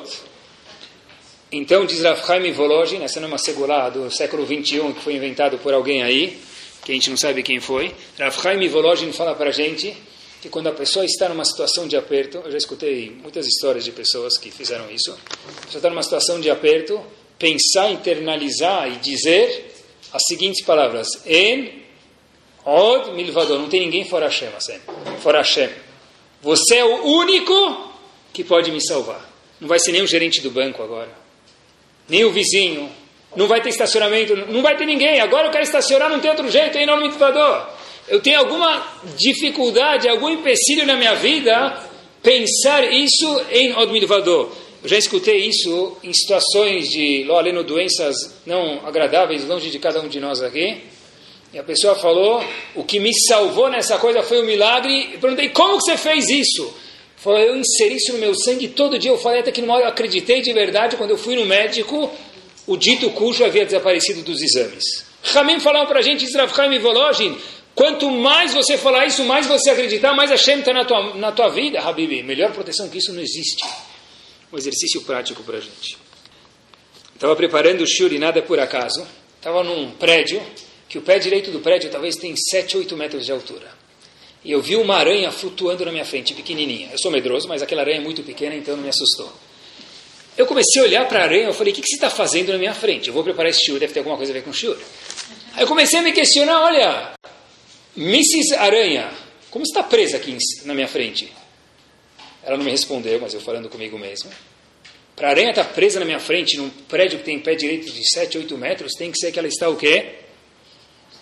então diz Rav Chaim Volozhin, essa não é uma segurá do século vinte e um que foi inventado por alguém aí, que a gente não sabe quem foi. Rav Chaim Volozhin fala para a gente que quando a pessoa está numa situação de aperto, eu já escutei muitas histórias de pessoas que fizeram isso, a pessoa está numa situação de aperto, pensar, internalizar e dizer as seguintes palavras, En od milvador, não tem ninguém fora Hashem, fora Hashem. Você é o único que pode me salvar. Não vai ser nem o gerente do banco agora, nem o vizinho, não vai ter estacionamento, não vai ter ninguém. Agora eu quero estacionar, não tem outro jeito, em nome do milvador. Eu tenho alguma dificuldade, algum empecilho na minha vida, pensar isso em od milvador. Eu já escutei isso em situações de, lo aleno, doenças não agradáveis, longe de cada um de nós aqui. E a pessoa falou, o que me salvou nessa coisa foi um milagre. Eu perguntei, como que você fez isso? Falou, eu inseri isso no meu sangue todo dia. Eu falei até que numa hora eu acreditei de verdade, quando eu fui no médico, o dito cujo havia desaparecido dos exames. Ramim falava para a gente, Rav Chaim Volozhin, quanto mais você falar isso, mais você acreditar, mais Hashem está na tua, na tua vida, Habibi. Melhor proteção que isso não existe. Um exercício prático para a gente. Estava preparando o shiur e nada por acaso. Estava num prédio, que o pé direito do prédio talvez tem sete, oito metros de altura. E eu vi uma aranha flutuando na minha frente, pequenininha. Eu sou medroso, mas aquela aranha é muito pequena, então não me assustou. Eu comecei a olhar para a aranha, eu falei, o que, que você está fazendo na minha frente? Eu vou preparar esse shiur, deve ter alguma coisa a ver com o shiur. Aí eu comecei a me questionar, olha, missus Aranha, como você está presa aqui na minha frente? Ela não me respondeu, mas eu falando comigo mesmo. Para a aranha estar presa na minha frente, num prédio que tem pé direito de sete, oito metros, tem que ser que ela está o quê?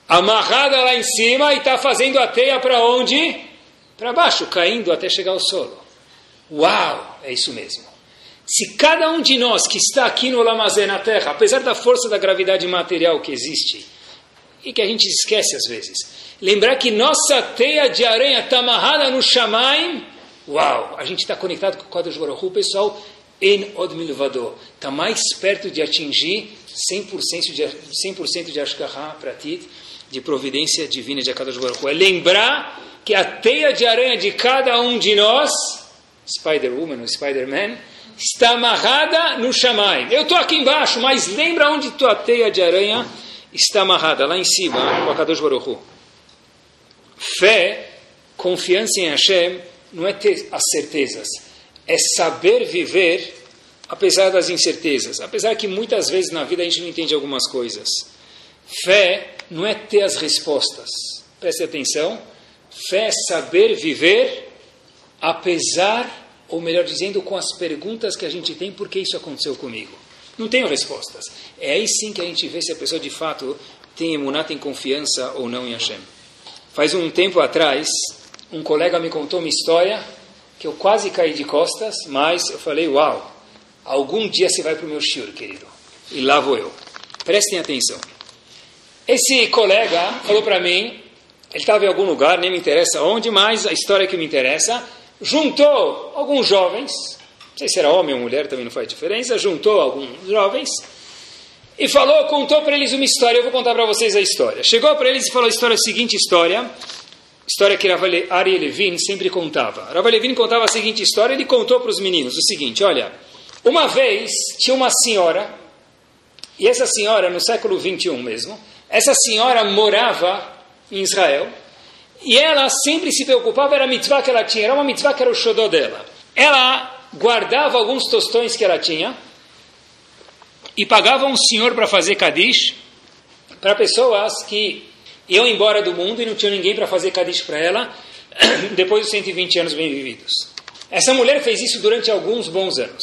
amarrada lá em cima e está fazendo a teia para onde? Para baixo, caindo até chegar ao solo. Uau, é isso mesmo. Se cada um de nós que está aqui no Olamazé, na Terra, apesar da força da gravidade material que existe, e que a gente esquece às vezes, lembrar que nossa teia de aranha está amarrada no Shamaim, uau, a gente está conectado com o Kadosh Baruch Hu, pessoal, En Od Milvado, está mais perto de atingir cem por cento de, cem por cento de Ashgaha Pratit, de providência divina de Kadosh Baruch Hu. É lembrar que a teia de aranha de cada um de nós, Spider-Woman ou Spider-Man, está amarrada no Shamaim. Eu estou aqui embaixo, mas lembra onde tua teia de aranha está amarrada, lá em cima, com a Kadosh Baruch Hu. Fé, confiança em Hashem, não é ter as certezas, é saber viver apesar das incertezas, apesar que muitas vezes na vida a gente não entende algumas coisas. Fé não é ter as respostas, preste atenção, fé é saber viver apesar, ou melhor dizendo, com as perguntas que a gente tem, por que isso aconteceu comigo? Não tenho respostas. É aí sim que a gente vê se a pessoa de fato tem emuná, tem confiança ou não em Hashem. Faz um tempo atrás, um colega me contou uma história que eu quase caí de costas, mas eu falei, uau, algum dia você vai para o meu shiur, querido. E lá vou eu. Prestem atenção. Esse colega falou para mim, ele estava em algum lugar, nem me interessa onde, mas a história que me interessa, juntou alguns jovens, não sei se era homem ou mulher, também não faz diferença, juntou alguns jovens e falou, contou para eles uma história, eu vou contar para vocês a história. Chegou para eles e falou a história, a seguinte história, história que Ari Levin sempre contava. Rav Levin contava a seguinte história, ele contou para os meninos o seguinte, olha, uma vez tinha uma senhora, e essa senhora, no século vinte e um mesmo, essa senhora morava em Israel, e ela sempre se preocupava, era a mitzvah que ela tinha, era uma mitzvah que era o xodó dela. Ela guardava alguns tostões que ela tinha, e pagava um senhor para fazer Kadish, para pessoas que iam embora do mundo e não tinham ninguém para fazer Kadish para ela, depois dos cento e vinte anos bem vividos. Essa mulher fez isso durante alguns bons anos.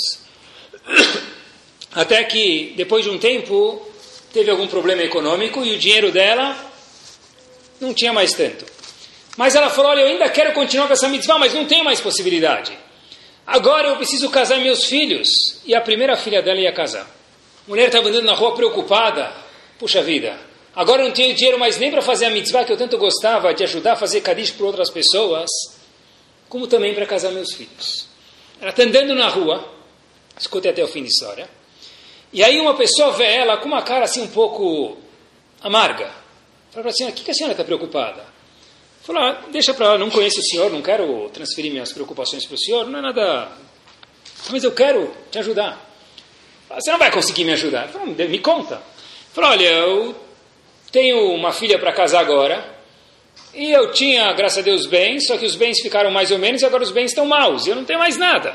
Até que, depois de um tempo, teve algum problema econômico e o dinheiro dela não tinha mais tanto. Mas ela falou, olha, eu ainda quero continuar com essa mitzvah, mas não tenho mais possibilidade. Agora eu preciso casar meus filhos. E a primeira filha dela ia casar. A mulher estava andando na rua preocupada. Puxa vida, agora eu não tenho dinheiro mais nem para fazer a mitzvah que eu tanto gostava, de ajudar a fazer Kadish para outras pessoas, como também para casar meus filhos. Ela está andando na rua, escute até o fim da história, e aí uma pessoa vê ela com uma cara assim um pouco amarga. Fala para a senhora, o que a senhora está preocupada? Fala, ah, deixa para lá, não conheço o senhor, não quero transferir minhas preocupações para o senhor, não é nada, mas eu quero te ajudar. Fala, você não vai conseguir me ajudar. Fala, me conta. Fala, olha, eu tenho uma filha para casar agora, e eu tinha, graças a Deus, bens, só que os bens ficaram mais ou menos, e agora os bens estão maus, e eu não tenho mais nada.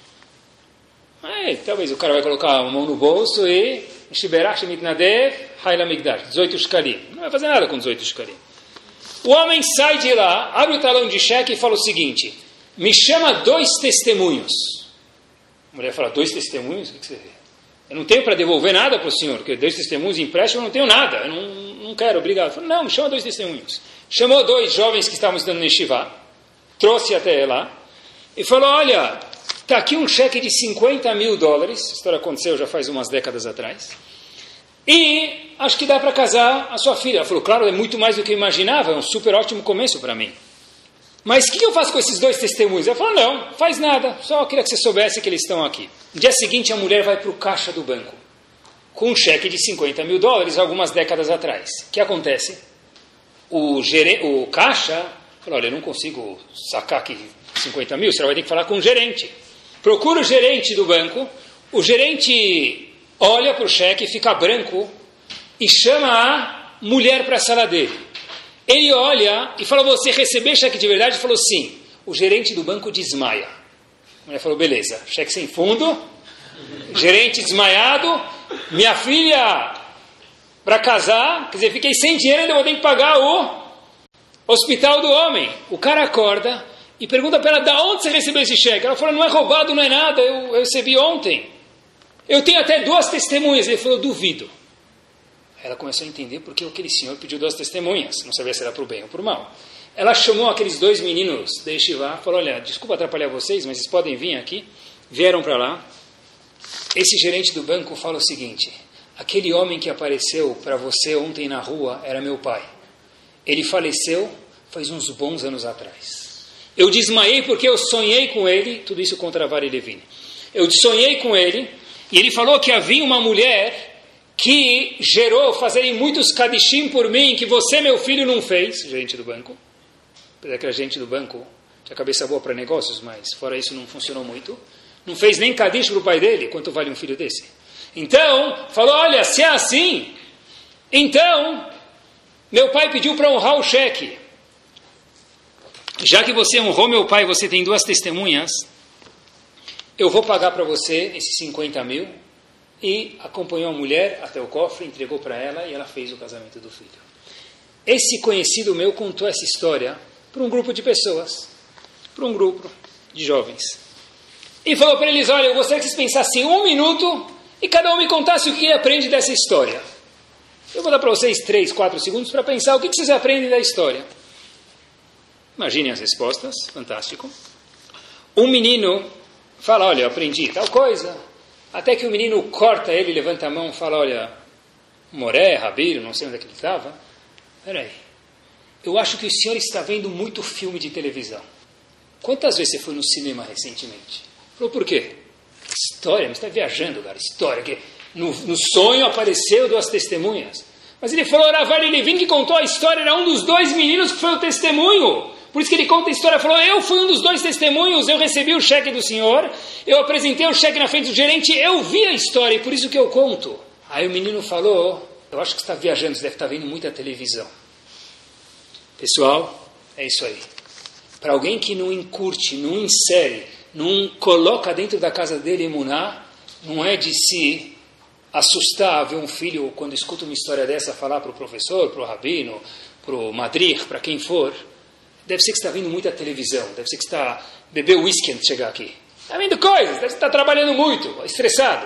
Aí, talvez o cara vai colocar a mão no bolso e Shiberach Mitnadev Haila Migdash, dezoito shkalim. Não vai fazer nada com dezoito shkalim. O homem sai de lá, abre o talão de cheque e fala o seguinte, me chama dois testemunhos. A mulher fala, dois testemunhos? O que você vê? Eu não tenho para devolver nada para o senhor, porque dois testemunhos empréstimo eu não tenho nada, eu não, não quero, obrigado. Fala, não, me chama dois testemunhos. Chamou dois jovens que estavam estudando no Yeshiva, trouxe até lá e falou, olha, está aqui um cheque de cinquenta mil dólares, a história aconteceu já faz umas décadas atrás, e acho que dá para casar a sua filha. Ela falou, claro, é muito mais do que eu imaginava, é um super ótimo começo para mim. Mas o que eu faço com esses dois testemunhos? Ela falou, não, faz nada, só queria que você soubesse que eles estão aqui. No dia seguinte, a mulher vai para o caixa do banco, com um cheque de cinquenta mil dólares, algumas décadas atrás. O que acontece? O, gere... o caixa falou, olha, eu não consigo sacar aqui cinquenta mil, você vai ter que falar com o gerente. Procura o gerente do banco, o gerente olha para o cheque, fica branco e chama a mulher para a sala dele. Ele olha e fala, você recebeu cheque de verdade? Ele falou, sim. O gerente do banco desmaia. A mulher falou, beleza, cheque sem fundo, gerente desmaiado, minha filha para casar, quer dizer, fiquei sem dinheiro, ainda vou ter que pagar o hospital do homem. O cara acorda e pergunta para ela, da onde você recebeu esse cheque? Ela falou, não é roubado, não é nada, eu, eu recebi ontem. Eu tenho até duas testemunhas. Ele falou, duvido. Ela começou a entender porque aquele senhor pediu duas testemunhas, não sabia se era para o bem ou para o mal. Ela chamou aqueles dois meninos da Yeshiva, falou, olha, desculpa atrapalhar vocês, mas vocês podem vir aqui. Vieram para lá. Esse gerente do banco fala o seguinte, aquele homem que apareceu para você ontem na rua era meu pai. Ele faleceu faz uns bons anos atrás. Eu desmaiei porque eu sonhei com ele, tudo isso contra a Vara Levine. Eu sonhei com ele, e ele falou que havia uma mulher que gerou fazerem muitos kadishim por mim, que você, meu filho, não fez, gerente do banco. Apesar que a gente do banco tinha cabeça boa para negócios, mas fora isso não funcionou muito. Não fez nem kadish para o pai dele, quanto vale um filho desse? Então, falou, olha, se é assim, então, meu pai pediu para honrar o cheque. Já que você honrou meu pai, você tem duas testemunhas, eu vou pagar para você esses cinquenta mil, e acompanhou a mulher até o cofre, entregou para ela e ela fez o casamento do filho. Esse conhecido meu contou essa história para um grupo de pessoas, para um grupo de jovens. E falou para eles, olha, eu gostaria que vocês pensassem um minuto e cada um me contasse o que aprende dessa história. Eu vou dar para vocês três, quatro segundos para pensar o que vocês aprendem da história. Imaginem as respostas, fantástico. Um menino fala, olha, eu aprendi tal coisa. Até que o menino corta ele, levanta a mão e fala, olha, Moré, Rabiro, não sei onde é que ele estava. Peraí, eu acho que o senhor está vendo muito filme de televisão. Quantas vezes você foi no cinema recentemente? Falou, por quê? História, mas está viajando, cara, história. Que no, no sonho apareceu duas testemunhas. Mas ele falou, Ravali Levin que contou a história, era um dos dois meninos que foi o testemunho. Por isso que ele conta a história, falou, eu fui um dos dois testemunhos, eu recebi o cheque do senhor, eu apresentei o cheque na frente do gerente, eu vi a história e por isso que eu conto. Aí o menino falou, eu acho que você está viajando, você deve estar vendo muita televisão. Pessoal, é isso aí. Para alguém que não encurte, não insere, não coloca dentro da casa dele emuná, não é de se assustar ver um filho, quando escuta uma história dessa, falar para o professor, para o rabino, para o madrich, para quem for. Deve ser que você está vendo muita televisão, deve ser que você está bebendo whisky antes de chegar aqui. Está vendo coisas, deve estar trabalhando muito, estressado.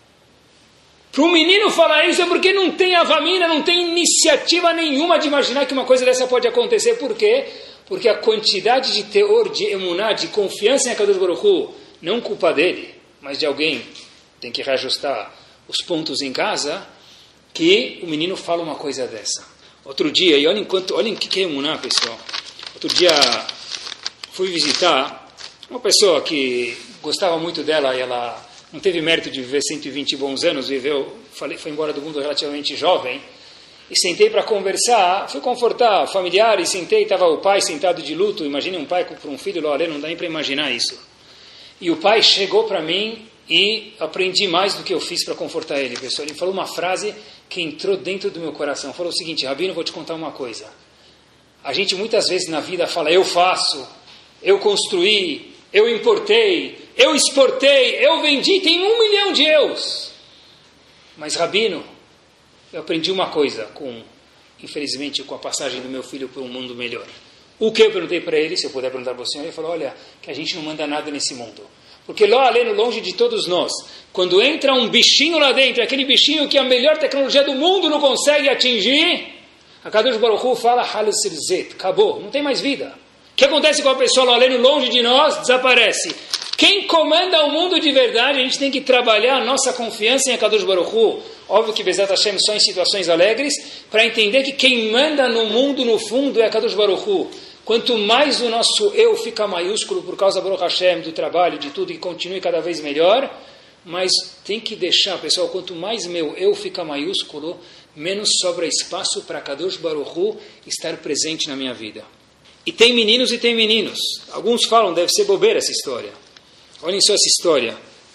Para um menino falar isso é porque não tem avamina, não tem iniciativa nenhuma de imaginar que uma coisa dessa pode acontecer. Por quê? Porque a quantidade de teor, de emuná, de confiança em Akadosh Baruch Hu, não culpa dele, mas de alguém, tem que reajustar os pontos em casa, que o menino fala uma coisa dessa. Outro dia, e olhem quanto, olhem o que é emuná, pessoal. Outro dia fui visitar uma pessoa que gostava muito dela e ela não teve mérito de viver cento e vinte bons anos, viveu, foi embora do mundo relativamente jovem, e sentei para conversar, fui confortar familiares, sentei, estava o pai sentado de luto, imagine um pai para um filho, olha, não dá nem para imaginar isso. E o pai chegou para mim e aprendi mais do que eu fiz para confortar ele, pessoal. Ele falou uma frase que entrou dentro do meu coração, falou o seguinte, Rabino, vou te contar uma coisa. A gente muitas vezes na vida fala, eu faço, eu construí, eu importei, eu exportei, eu vendi, tem um milhão de eus. Mas, Rabino, eu aprendi uma coisa, com, infelizmente, com a passagem do meu filho para um mundo melhor. O que eu perguntei para ele, se eu puder perguntar para o senhor, ele falou, olha, que a gente não manda nada nesse mundo. Porque lá além, longe de todos nós, quando entra um bichinho lá dentro, aquele bichinho que a melhor tecnologia do mundo não consegue atingir, a Kadosh Baruch Hu fala, acabou, não tem mais vida. O que acontece com a pessoa lá além, longe de nós? Desaparece. Quem comanda o mundo de verdade, a gente tem que trabalhar a nossa confiança em Akadosh Baruch Hu. Óbvio que Bezat Hashem só em situações alegres, para entender que quem manda no mundo, no fundo, é Akadosh Baruch Hu. Quanto mais o nosso eu fica maiúsculo por causa, Baruch Hashem, do trabalho, de tudo, e continue cada vez melhor, mas tem que deixar, pessoal, quanto mais meu eu fica maiúsculo, menos sobra espaço para Akadosh Baruch Hu estar presente na minha vida. E tem meninos e tem meninos. Alguns falam, deve ser bobeira essa história. Olhem só essa história.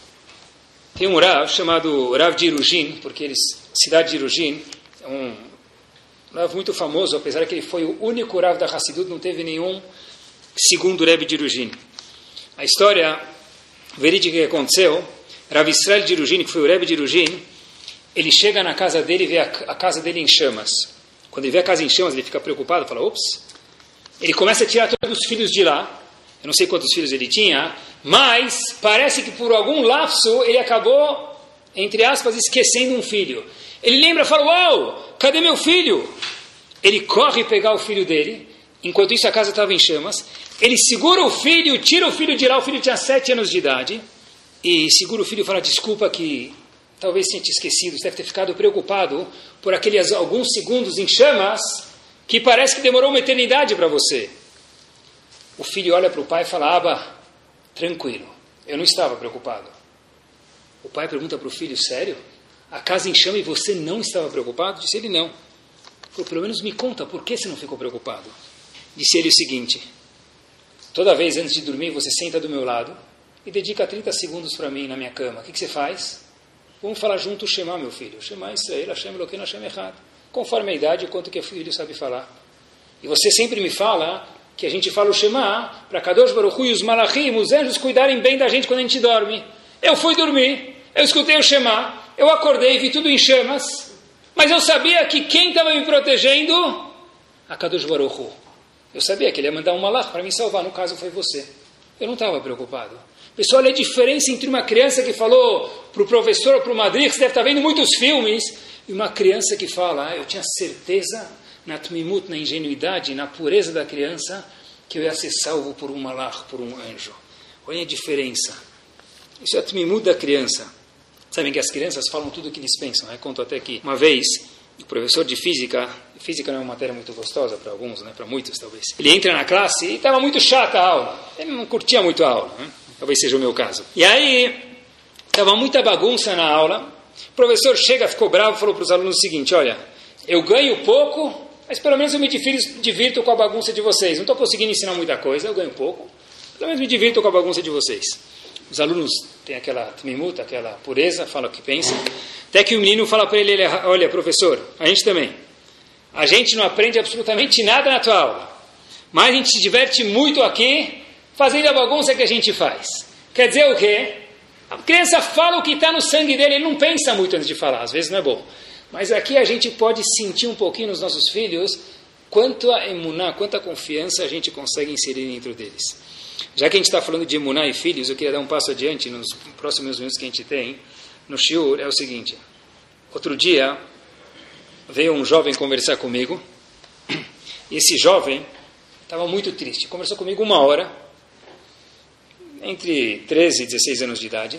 Tem um Rav chamado Rav de Irujin, porque eles, cidade de Irujin, é um Rav muito famoso, apesar que ele foi o único Rav da Hassidut, não teve nenhum segundo Rebbe de Irujin. A história verídica que aconteceu, Rav Israel de Irujin, que foi o Rebbe de Irujin, ele chega na casa dele e vê a, a casa dele em chamas. Quando ele vê a casa em chamas, ele fica preocupado, fala, ops. Ele começa a tirar todos os filhos de lá. Eu não sei quantos filhos ele tinha, mas parece que por algum lapso ele acabou, entre aspas, esquecendo um filho. Ele lembra, fala, uau, cadê meu filho? Ele corre pegar o filho dele, enquanto isso a casa estava em chamas. Ele segura o filho, tira o filho de lá, o filho tinha sete anos de idade, e segura o filho e fala, desculpa que talvez tenha te esquecido, você deve ter ficado preocupado por aqueles alguns segundos em chamas, que parece que demorou uma eternidade para você. O filho olha para o pai e fala, Aba, tranquilo, eu não estava preocupado. O pai pergunta para o filho, sério? A casa em chama e você não estava preocupado? Disse ele, não. Falou, pelo menos me conta, por que você não ficou preocupado? Disse ele o seguinte, toda vez antes de dormir você senta do meu lado e dedica trinta segundos para mim na minha cama. O que, que você faz? Vamos falar junto o Shema, meu filho. Shema Israel, Hashem Elokeinu, Hashem Echad. Conforme a idade e o quanto que o filho sabe falar. E você sempre me fala que a gente fala o Shema para Kadosh Baruch Hu e os malachim, os anjos, cuidarem bem da gente quando a gente dorme. Eu fui dormir, eu escutei o Shema, eu acordei, vi tudo em chamas, mas eu sabia que quem estava me protegendo? A Kadosh Baruch Hu. Eu sabia que ele ia mandar um malach para me salvar, no caso foi você. Eu não estava preocupado. Pessoal, olha a diferença entre uma criança que falou para o professor ou para o madrinha, que você deve estar vendo muitos filmes, e uma criança que fala, ah, eu tinha certeza, na tmimut, na ingenuidade, na pureza da criança, que eu ia ser salvo por um malach, por um anjo. Olha a diferença. Isso é a tmimut da criança. Sabem que as crianças falam tudo o que eles pensam. Eu conto até que uma vez, o professor de física, física não é uma matéria muito gostosa para alguns, né, para muitos talvez, ele entra na classe e estava muito chata a aula. Ele não curtia muito a aula, né? Talvez seja o meu caso. E aí, estava muita bagunça na aula. O professor chega, ficou bravo, falou para os alunos o seguinte, olha, eu ganho pouco, mas pelo menos eu me divirto com a bagunça de vocês. Não estou conseguindo ensinar muita coisa, eu ganho pouco, pelo menos me divirto com a bagunça de vocês. Os alunos têm aquela tmimuta, aquela pureza, falam o que pensam. Até que o menino fala para ele, ele, olha, professor, a gente também. A gente não aprende absolutamente nada na tua aula, mas a gente se diverte muito aqui, fazendo a bagunça que a gente faz. Quer dizer o quê? A criança fala o que está no sangue dele, ele não pensa muito antes de falar, às vezes não é bom. Mas aqui a gente pode sentir um pouquinho nos nossos filhos quanto a emuná, quanta confiança a gente consegue inserir dentro deles. Já que a gente está falando de emuná e filhos, eu queria dar um passo adiante nos próximos minutos que a gente tem no shiur, é o seguinte. Outro dia veio um jovem conversar comigo, e esse jovem estava muito triste. Conversou comigo uma hora, entre treze e dezesseis anos de idade,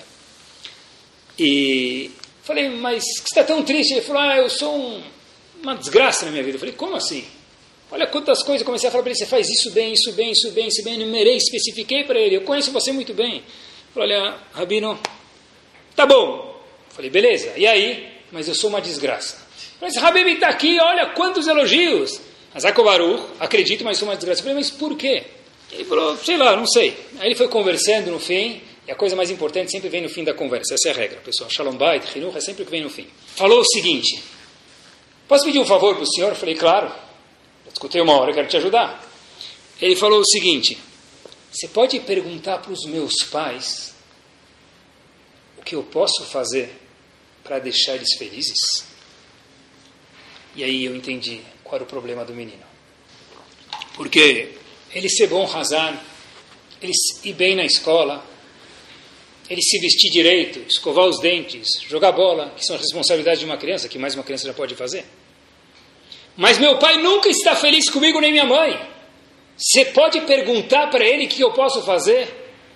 e falei, mas que você está tão triste? Ele falou, ah, eu sou um, uma desgraça na minha vida. Eu falei, como assim? Olha quantas coisas. Eu comecei a falar para ele, você faz isso bem, isso bem, isso bem, isso bem, enumerei, especifiquei para ele, eu conheço você muito bem. Ele falou, olha, Rabino, tá bom. Eu falei, beleza, e aí? Mas eu sou uma desgraça. Eu falei, Rabino está aqui, olha quantos elogios. Hazako Baruch, acredito, mas sou uma desgraça. Eu falei, mas por quê? Ele falou, sei lá, não sei. Aí ele foi conversando no fim, e a coisa mais importante sempre vem no fim da conversa. Essa é a regra, pessoal. Shalom Bait, Chinuch, é sempre o que vem no fim. Falou o seguinte, posso pedir um favor para o senhor? Eu falei, claro. Eu escutei uma hora, eu quero te ajudar. Ele falou o seguinte, você pode perguntar para os meus pais o que eu posso fazer para deixar eles felizes? E aí eu entendi qual era o problema do menino. Porque ele ser bom Hazan, ele ir bem na escola, ele se vestir direito, escovar os dentes, jogar bola, que são as responsabilidades de uma criança, que mais uma criança já pode fazer. Mas meu pai nunca está feliz comigo, nem minha mãe. Você pode perguntar para ele o que eu posso fazer?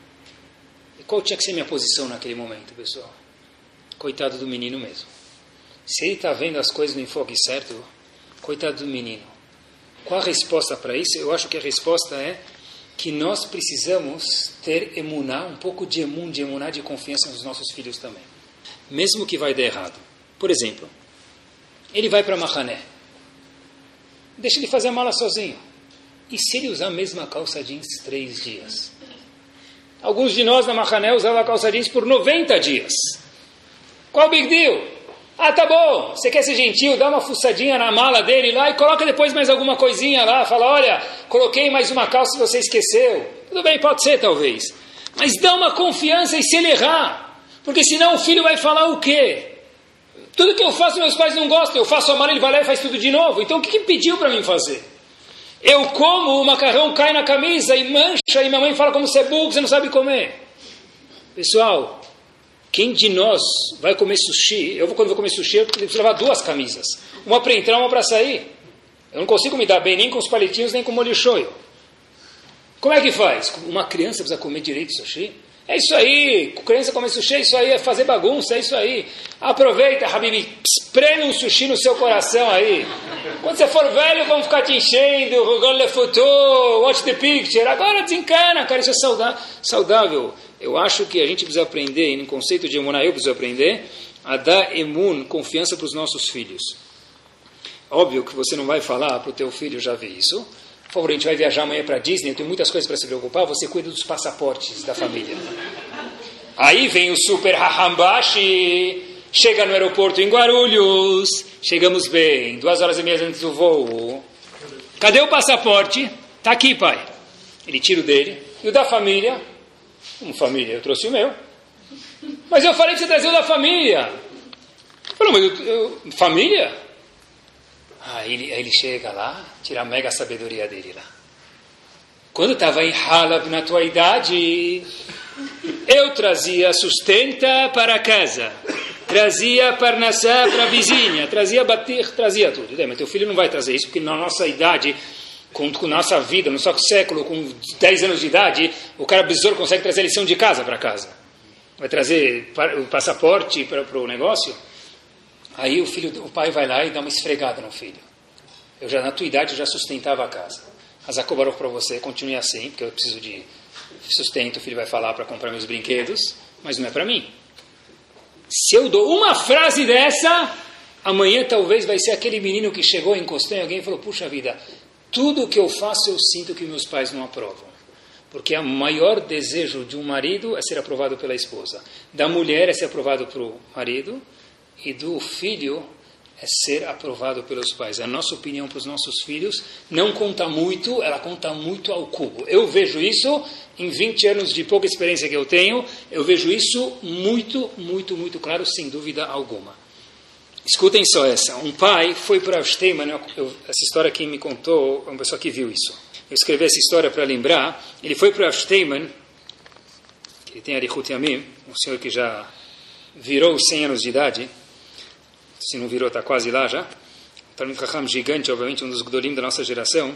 E qual tinha que ser minha posição naquele momento, pessoal? Coitado do menino mesmo. Se ele está vendo as coisas no enfoque certo, coitado do menino. Qual a resposta para isso? Eu acho que a resposta é que nós precisamos ter emuná, um pouco de emun, de emuná, de confiança nos nossos filhos também. Mesmo que vai dar errado. Por exemplo, ele vai para Mahané. Deixa ele fazer a mala sozinho. E se ele usar a mesma calça jeans três dias? Alguns de nós na Mahané usavam a calça jeans por noventa dias. Qual o big deal? Ah, tá bom, você quer ser gentil, dá uma fuçadinha na mala dele lá e coloca depois mais alguma coisinha lá. Fala, olha, coloquei mais uma calça e você esqueceu. Tudo bem, pode ser talvez. Mas dá uma confiança e se ele errar. Porque senão o filho vai falar o quê? Tudo que eu faço meus pais não gostam. Eu faço a mala, ele vai lá e faz tudo de novo. Então o que, que pediu para mim fazer? Eu como, o macarrão cai na camisa e mancha e minha mãe fala como você é burro, você não sabe comer. Pessoal, Quem de nós vai comer sushi? Eu, quando vou comer sushi, eu preciso levar duas camisas. Uma para entrar, uma para sair. Eu não consigo me dar bem nem com os palitinhos, nem com o molho shoyu. Como é que faz? Uma criança precisa comer direito sushi? É isso aí. Criança comer sushi, é isso aí. É fazer bagunça, é isso aí. Aproveita, Habibi. Preme um sushi no seu coração aí. Quando você for velho, vão ficar te enchendo. Regarde le photo, watch the picture. Agora desencana, cara. Isso é saudável. Eu acho que a gente precisa aprender, e no conceito de emuná eu preciso aprender, a dar emun, confiança para os nossos filhos. Óbvio que você não vai falar para o teu filho, já vi isso. Por favor, a gente vai viajar amanhã para Disney, eu tenho muitas coisas para se preocupar, você cuida dos passaportes da família. Aí vem o super Rahambashi, chega no aeroporto em Guarulhos, chegamos bem, duas horas e meia antes do voo. Cadê o passaporte? Está aqui, pai. Ele tira o dele. E o da família? Uma família, eu trouxe o meu. Mas eu falei que você trazia o da família. Falei, mas eu, eu, família? Aí ele, aí ele chega lá, tira a mega sabedoria dele lá. Quando eu estava em Halab, na tua idade, eu trazia sustenta para casa, trazia parnassá para a vizinha, trazia batir, trazia tudo. Mas teu filho não vai trazer isso, porque na nossa idade, com, com nossa vida, no nosso século, com dez anos de idade, o cara besouro consegue trazer a lição de casa para casa. Vai trazer o passaporte para o negócio? Aí o, filho, o pai vai lá e dá uma esfregada no filho. Eu já, na tua idade, eu já sustentava a casa. Azakobarov para você, continue assim, porque eu preciso de sustento, o filho vai falar para comprar meus brinquedos, mas não é para mim. Se eu dou uma frase dessa, amanhã talvez vai ser aquele menino que chegou, encostou em alguém e falou, puxa vida, tudo que eu faço eu sinto que meus pais não aprovam. Porque o maior desejo de um marido é ser aprovado pela esposa. Da mulher é ser aprovado pelo marido. E do filho é ser aprovado pelos pais. A nossa opinião para os nossos filhos não conta muito, ela conta muito ao cubo. Eu vejo isso, em vinte anos de pouca experiência que eu tenho, eu vejo isso muito, muito, muito claro, sem dúvida alguma. Escutem só essa. Um pai foi para Steinman, eu, essa história quem me contou, uma pessoa que viu isso. Eu escrevi essa história para lembrar. Ele foi para Steinman, ele tem Arichut Yamim, um senhor que já virou cem anos de idade. Se não virou, está quase lá já. Um Talmid Chacham gigante, obviamente, um dos Gdolim da nossa geração.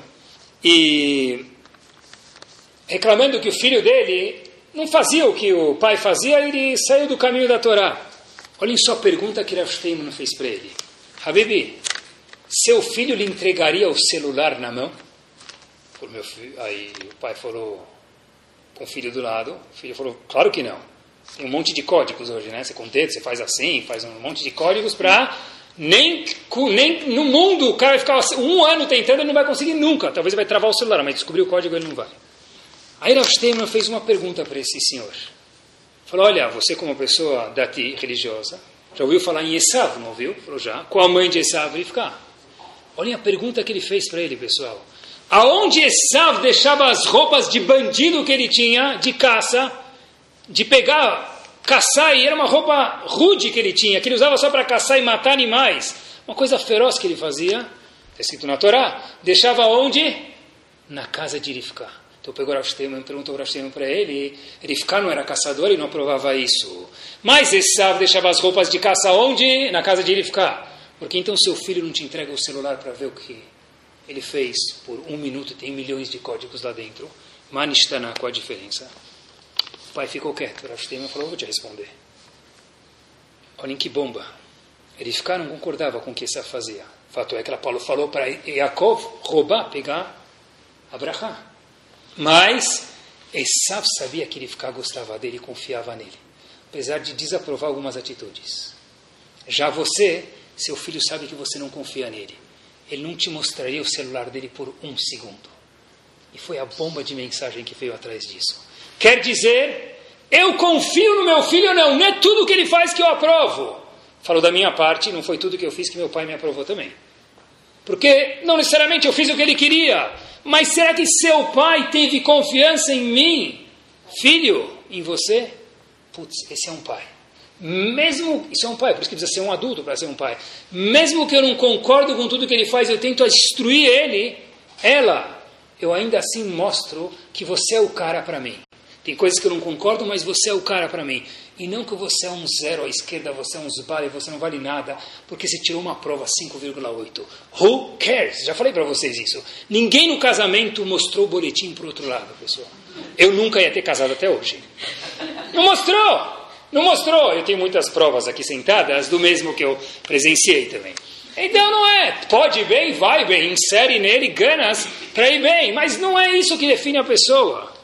E reclamando que o filho dele não fazia o que o pai fazia, ele saiu do caminho da Torá. Olhem só a pergunta que Rav Steinman fez para ele. Habibi, seu filho lhe entregaria o celular na mão? Meu filho, aí o pai falou com o filho do lado. O filho falou, claro que não. Tem um monte de códigos hoje, né? Você com o dedo, você faz assim, faz um monte de códigos para... Nem, nem no mundo o cara vai ficar um ano tentando, ele não vai conseguir nunca. Talvez ele vai travar o celular, mas descobrir o código ele não vai. Aí Rav Steinman fez uma pergunta para esse senhor. Falou, olha, você como pessoa dati, religiosa, já ouviu falar em Esav, não ouviu? Falou já. Qual a mãe de Esav ele ficar? Olhem a pergunta que ele fez para ele, pessoal. Aonde Esav deixava as roupas de bandido que ele tinha, de caça, de pegar, caçar, e era uma roupa rude que ele tinha, que ele usava só para caçar e matar animais. Uma coisa feroz que ele fazia, está escrito na Torá, deixava onde? Na casa de Rivka. Então pegou Rav Steinman, perguntou Rav Steinman para ele, Rivka não era caçador e não aprovava isso. Mas Esav deixava as roupas de caça onde? Na casa de Rivka. Porque então seu filho não te entrega o celular para ver o que ele fez por um minuto, tem milhões de códigos lá dentro. Manishtana, qual a diferença? O pai ficou quieto. Rav Steinman falou, vou te responder. Olhem que bomba. Rivka não concordava com o que Esav fazia. Fato é que Paulo falou para Yaakov roubar, pegar a brachá. Mas Esav sabia que Rivka gostava dele e confiava nele. Apesar de desaprovar algumas atitudes. Já você, seu filho sabe que você não confia nele. Ele não te mostraria o celular dele por um segundo. E foi a bomba de mensagem que veio atrás disso. Quer dizer, eu confio no meu filho ou não? Não é tudo que ele faz que eu aprovo. Falou da minha parte, não foi tudo que eu fiz que meu pai me aprovou também. Porque não necessariamente eu fiz o que ele queria. Mas será que seu pai teve confiança em mim? Filho, em você? Putz, esse é um pai. Mesmo, isso é um pai, por isso que precisa ser um adulto para ser um pai. Mesmo que eu não concordo com tudo que ele faz, eu tento instruir ele, ela, eu ainda assim mostro que você é o cara para mim. Tem coisas que eu não concordo, mas você é o cara para mim. E não que você é um zero à esquerda, você é um zbala e você não vale nada, porque você tirou uma prova cinco vírgula oito. Who cares? Já falei para vocês isso. Ninguém no casamento mostrou o boletim para o outro lado, pessoal. Eu nunca ia ter casado até hoje. Não mostrou! Não mostrou! Eu tenho muitas provas aqui sentadas, do mesmo que eu presenciei também. Então não é, pode ir bem, vai bem, insere nele ganas para ir bem, mas não é isso que define a pessoa.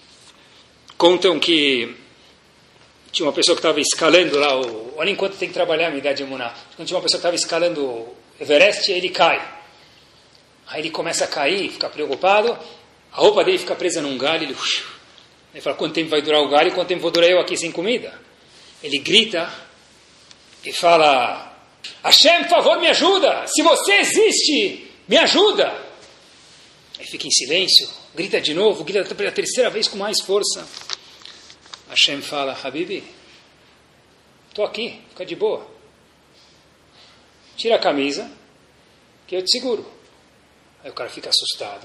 Contam que tinha uma pessoa que estava escalando lá, o, olha enquanto tem que trabalhar a minha idade de Emuná. Quando tinha uma pessoa que estava escalando o Everest, ele cai. Aí ele começa a cair, fica preocupado, a roupa dele fica presa num galho, ele, ux, ele fala, quanto tempo vai durar o galho e quanto tempo vou durar eu aqui sem comida? Ele grita e fala, Hashem, por favor, me ajuda, se você existe, me ajuda. Aí fica em silêncio, grita de novo, grita pela terceira vez com mais força. Hashem fala, Habibi, estou aqui, fica de boa. Tira a camisa, que eu te seguro. Aí o cara fica assustado.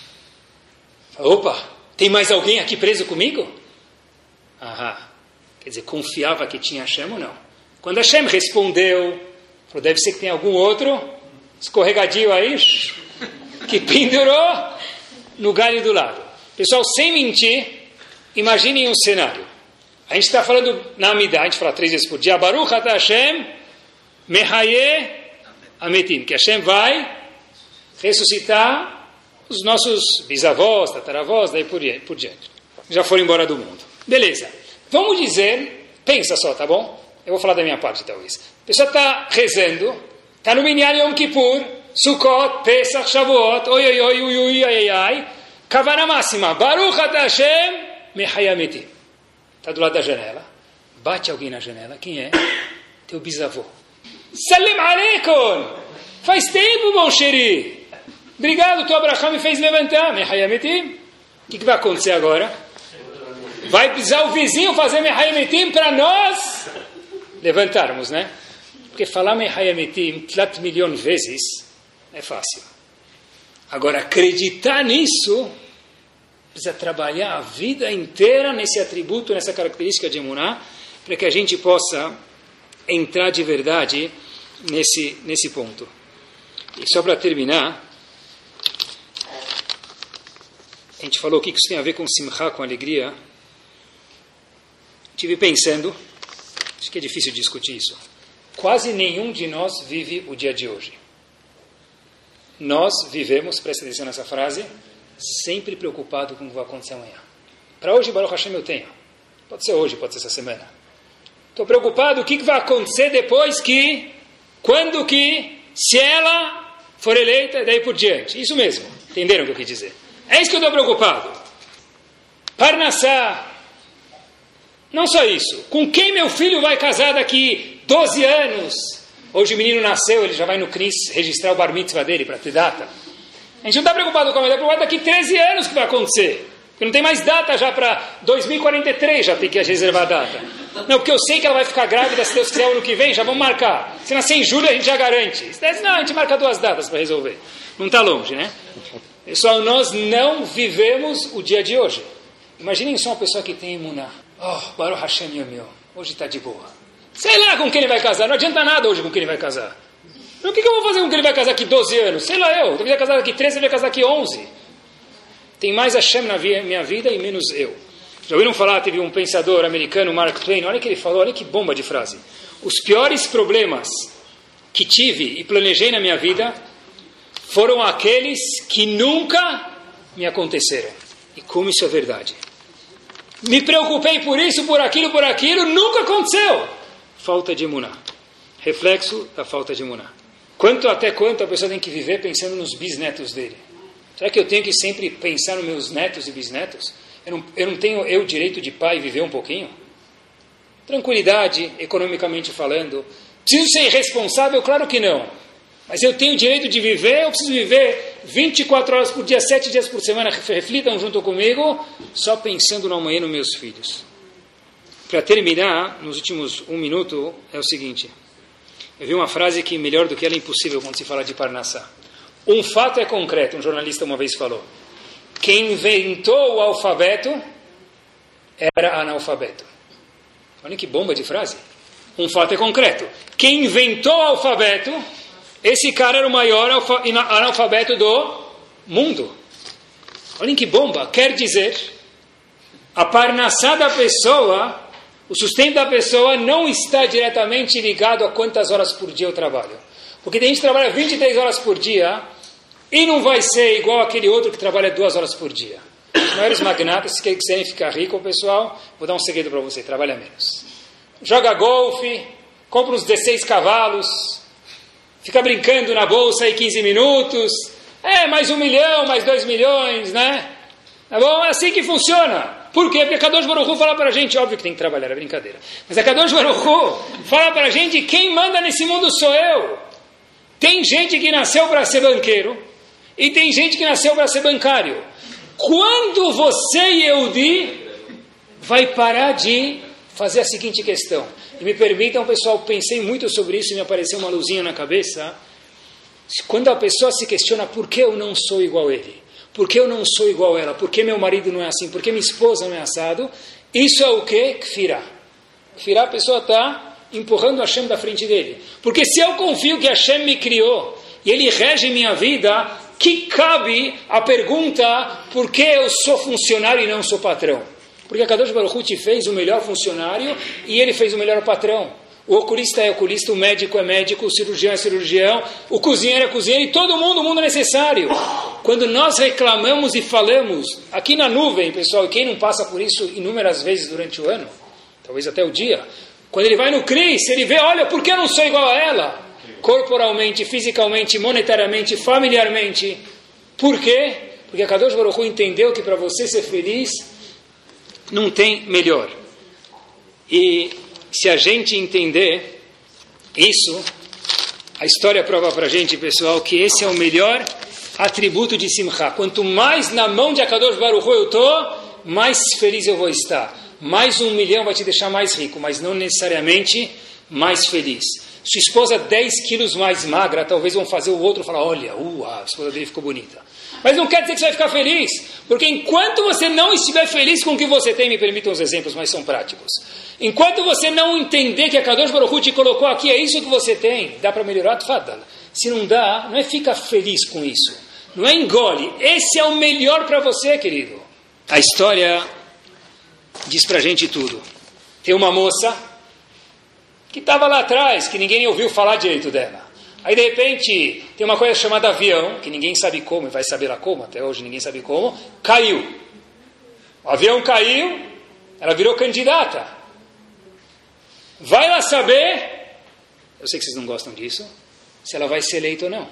Fala, opa, tem mais alguém aqui preso comigo? Aham. Quer dizer, confiava que tinha Hashem ou não? Quando Hashem respondeu, falou, deve ser que tem algum outro escorregadio aí, que pendurou no galho do lado. Pessoal, sem mentir, imaginem um cenário. A gente está falando na Amidah, a gente fala três vezes por dia, Baruch Ata Hashem, Mehaye Ametim, que Hashem vai ressuscitar os nossos bisavós, tataravós, daí por, por diante. Já foram embora do mundo. Beleza. Vamos dizer, pensa só, tá bom? Eu vou falar da minha parte, talvez. A pessoa está rezando, está no Minyan Yom Kippur, Sukkot, Pesach, Shavuot, oi, oi, oi, oi, oi, ai, ai, Kavana máxima, Baruch Ata Hashem, Mehaye Ametim. Está do lado da janela, bate alguém na janela, quem é? Teu bisavô. Salam Aleikum! Faz tempo, bom xeri. Obrigado, teu Abraham me fez levantar. Mehaye Ametim. O que, que vai acontecer agora? Vai precisar o vizinho fazer Mehaye Ametim para nós levantarmos, né? Porque falar Mehaye Ametim tlat milhão de vezes é fácil. Agora, acreditar nisso, precisa trabalhar a vida inteira nesse atributo, nessa característica de Emuná, para que a gente possa entrar de verdade nesse, nesse ponto. E só para terminar, a gente falou o que isso tem a ver com simcha, com alegria. Estive pensando, acho que é difícil discutir isso. Quase nenhum de nós vive o dia de hoje. Nós vivemos, presta atenção nessa frase, sempre preocupado com o que vai acontecer amanhã. Para hoje, Baruch Hashem, eu tenho. Pode ser hoje, pode ser essa semana. Estou preocupado, o que vai acontecer depois que, quando que, se ela for eleita, daí por diante. Isso mesmo, entenderam o que eu quis dizer? É isso que eu estou preocupado. Parnassá. Não só isso. Com quem meu filho vai casar daqui doze anos? Hoje o menino nasceu, ele já vai no C N I S registrar o bar mitzvah dele para ter data. A gente não está preocupado com a mulher, preocupado daqui treze anos que vai acontecer. Porque não tem mais data já para dois mil e quarenta e três, já tem que reservar a data. Não, porque eu sei que ela vai ficar grávida, se Deus quiser, ano que vem, já vamos marcar. Se nascer em julho, a gente já garante. Não, a gente marca duas datas para resolver. Não está longe, né? Pessoal, nós não vivemos o dia de hoje. Imaginem só uma pessoa que tem emuná. Oh, Baruch Hashem, meu, hoje está de boa. Sei lá com quem ele vai casar, não adianta nada hoje com quem ele vai casar. Então, o que, que eu vou fazer com quem ele vai casar daqui doze anos? Sei lá eu, eu devia casar daqui treze, eu devia casar daqui onze. Tem mais Hashem na minha vida e menos eu. Já ouviram falar, teve um pensador americano, Mark Twain, olha o que ele falou, olha que bomba de frase. Os piores problemas que tive e planejei na minha vida foram aqueles que nunca me aconteceram. E como isso é verdade. Me preocupei por isso, por aquilo, por aquilo, nunca aconteceu. Falta de emuná. Reflexo da falta de emuná. Quanto até quanto a pessoa tem que viver pensando nos bisnetos dele? Será que eu tenho que sempre pensar nos meus netos e bisnetos? Eu não, eu não tenho eu direito de pai viver um pouquinho? Tranquilidade, economicamente falando. Preciso ser irresponsável? Claro que não. Mas eu tenho o direito de viver, eu preciso viver vinte e quatro horas por dia, sete dias por semana, reflitam junto comigo, só pensando no amanhã nos meus filhos. Para terminar, nos últimos um minuto, é o seguinte. Eu vi uma frase que melhor do que ela é impossível quando se fala de Parnassá. Um fato é concreto, um jornalista uma vez falou. Quem inventou o alfabeto era analfabeto. Olha que bomba de frase. Um fato é concreto. Quem inventou o alfabeto, esse cara era o maior alfa, analfabeto do mundo. Olhem que bomba. Quer dizer, a parnassá da pessoa, o sustento da pessoa não está diretamente ligado a quantas horas por dia eu trabalho. Porque tem gente que trabalha vinte e três horas por dia e não vai ser igual aquele outro que trabalha duas horas por dia. Os maiores magnatas, se quiserem ficar rico, pessoal, vou dar um segredo para você, trabalha menos. Joga golfe, compra uns dezesseis cavalos, fica brincando na bolsa aí quinze minutos, é, mais um milhão, mais dois milhões, né? Tá bom? É assim que funciona. Por quê? Porque a Kadosh Baruch Hu fala para a gente, óbvio que tem que trabalhar, é brincadeira, mas a Kadosh Baruch Hu fala para a gente, quem manda nesse mundo sou eu. Tem gente que nasceu para ser banqueiro e tem gente que nasceu para ser bancário. Quando você, Yehudi, vai parar de fazer a seguinte questão? E me permitam, pessoal, pensei muito sobre isso e me apareceu uma luzinha na cabeça. Quando a pessoa se questiona por que eu não sou igual a ele, por que eu não sou igual a ela, por que meu marido não é assim, por que minha esposa não é assado, isso é o que? Kfirá. Kfirá, a pessoa está empurrando Hashem da frente dele. Porque se eu confio que Hashem me criou e ele rege minha vida, que cabe a pergunta por que eu sou funcionário e não sou patrão? Porque a Kadosh Baruch Hu te fez o melhor funcionário e ele fez o melhor patrão. O oculista é oculista, o médico é médico, o cirurgião é cirurgião, o cozinheiro é cozinheiro e todo mundo, o mundo é necessário. Quando nós reclamamos e falamos, aqui na nuvem, pessoal, e quem não passa por isso inúmeras vezes durante o ano, talvez até o dia, quando ele vai no Cris, ele vê, olha, por que eu não sou igual a ela? Corporalmente, fisicamente, monetariamente, familiarmente. Por quê? Porque a Kadosh Baruch Hu entendeu que para você ser feliz, não tem melhor. E se a gente entender isso, a história prova para a gente, pessoal, que esse é o melhor atributo de Simcha. Quanto mais na mão de Akadosh Baruch Hu eu estou, mais feliz eu vou estar. Mais um milhão vai te deixar mais rico, mas não necessariamente mais feliz. Sua esposa dez quilos mais magra, talvez vão fazer o outro falar, olha, uh, a esposa dele ficou bonita. Mas não quer dizer que você vai ficar feliz, porque enquanto você não estiver feliz com o que você tem, me permitam os exemplos, mas são práticos. Enquanto você não entender que a Kadosh Baruch Hu te colocou aqui, é isso que você tem, dá para melhorar? Fadal. Se não dá, não é fica feliz com isso, não é engole, esse é o melhor para você, querido. A história diz para a gente tudo. Tem uma moça que estava lá atrás, que ninguém ouviu falar direito dela. Aí, de repente, tem uma coisa chamada avião, que ninguém sabe como, e vai saber lá como, até hoje ninguém sabe como, caiu. O avião caiu, ela virou candidata. Vai lá saber, eu sei que vocês não gostam disso, se ela vai ser eleita ou não.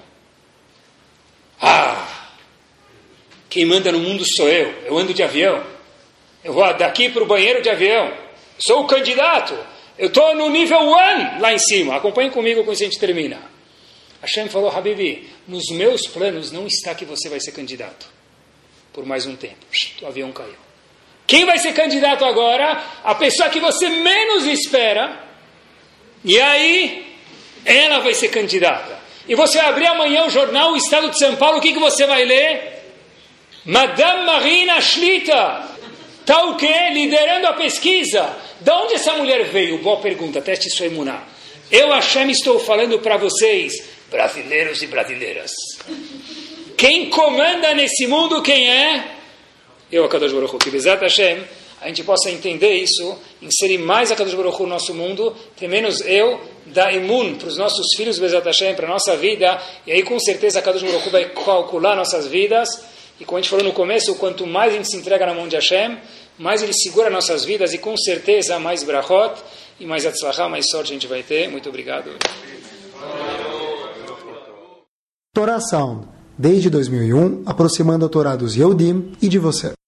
Ah, quem manda no mundo sou eu, eu ando de avião. Eu vou daqui para o banheiro de avião, sou o candidato, eu estou no nível um lá em cima, acompanhem comigo quando a gente termina. Hashem falou, Habibi, nos meus planos não está que você vai ser candidato por mais um tempo. O avião caiu. Quem vai ser candidato agora? A pessoa que você menos espera. E aí, ela vai ser candidata. E você vai abrir amanhã o jornal O Estado de São Paulo, o que, que você vai ler? Madame Marina Shlita. Está o quê? Liderando a pesquisa. De onde essa mulher veio? Boa pergunta, teste sua imuná. Eu, Hashem, estou falando para vocês, brasileiros e brasileiras. Quem comanda nesse mundo, quem é? Eu, Akadosh Baruch Hu. Que Bezat Hashem, a gente possa entender isso, inserir mais Akadosh Baruch Hu no nosso mundo, ter menos eu, dar imun para os nossos filhos, Bezat Hashem, para a nossa vida, e aí com certeza Akadosh Baruch Hu vai calcular nossas vidas, e como a gente falou no começo, quanto mais a gente se entrega na mão de Hashem, mais ele segura nossas vidas, e com certeza mais brachot, e mais atzlachá, mais sorte a gente vai ter. Muito obrigado. Torá Sound, desde dois mil e um, aproximando a Torá dos Yehudim e de você.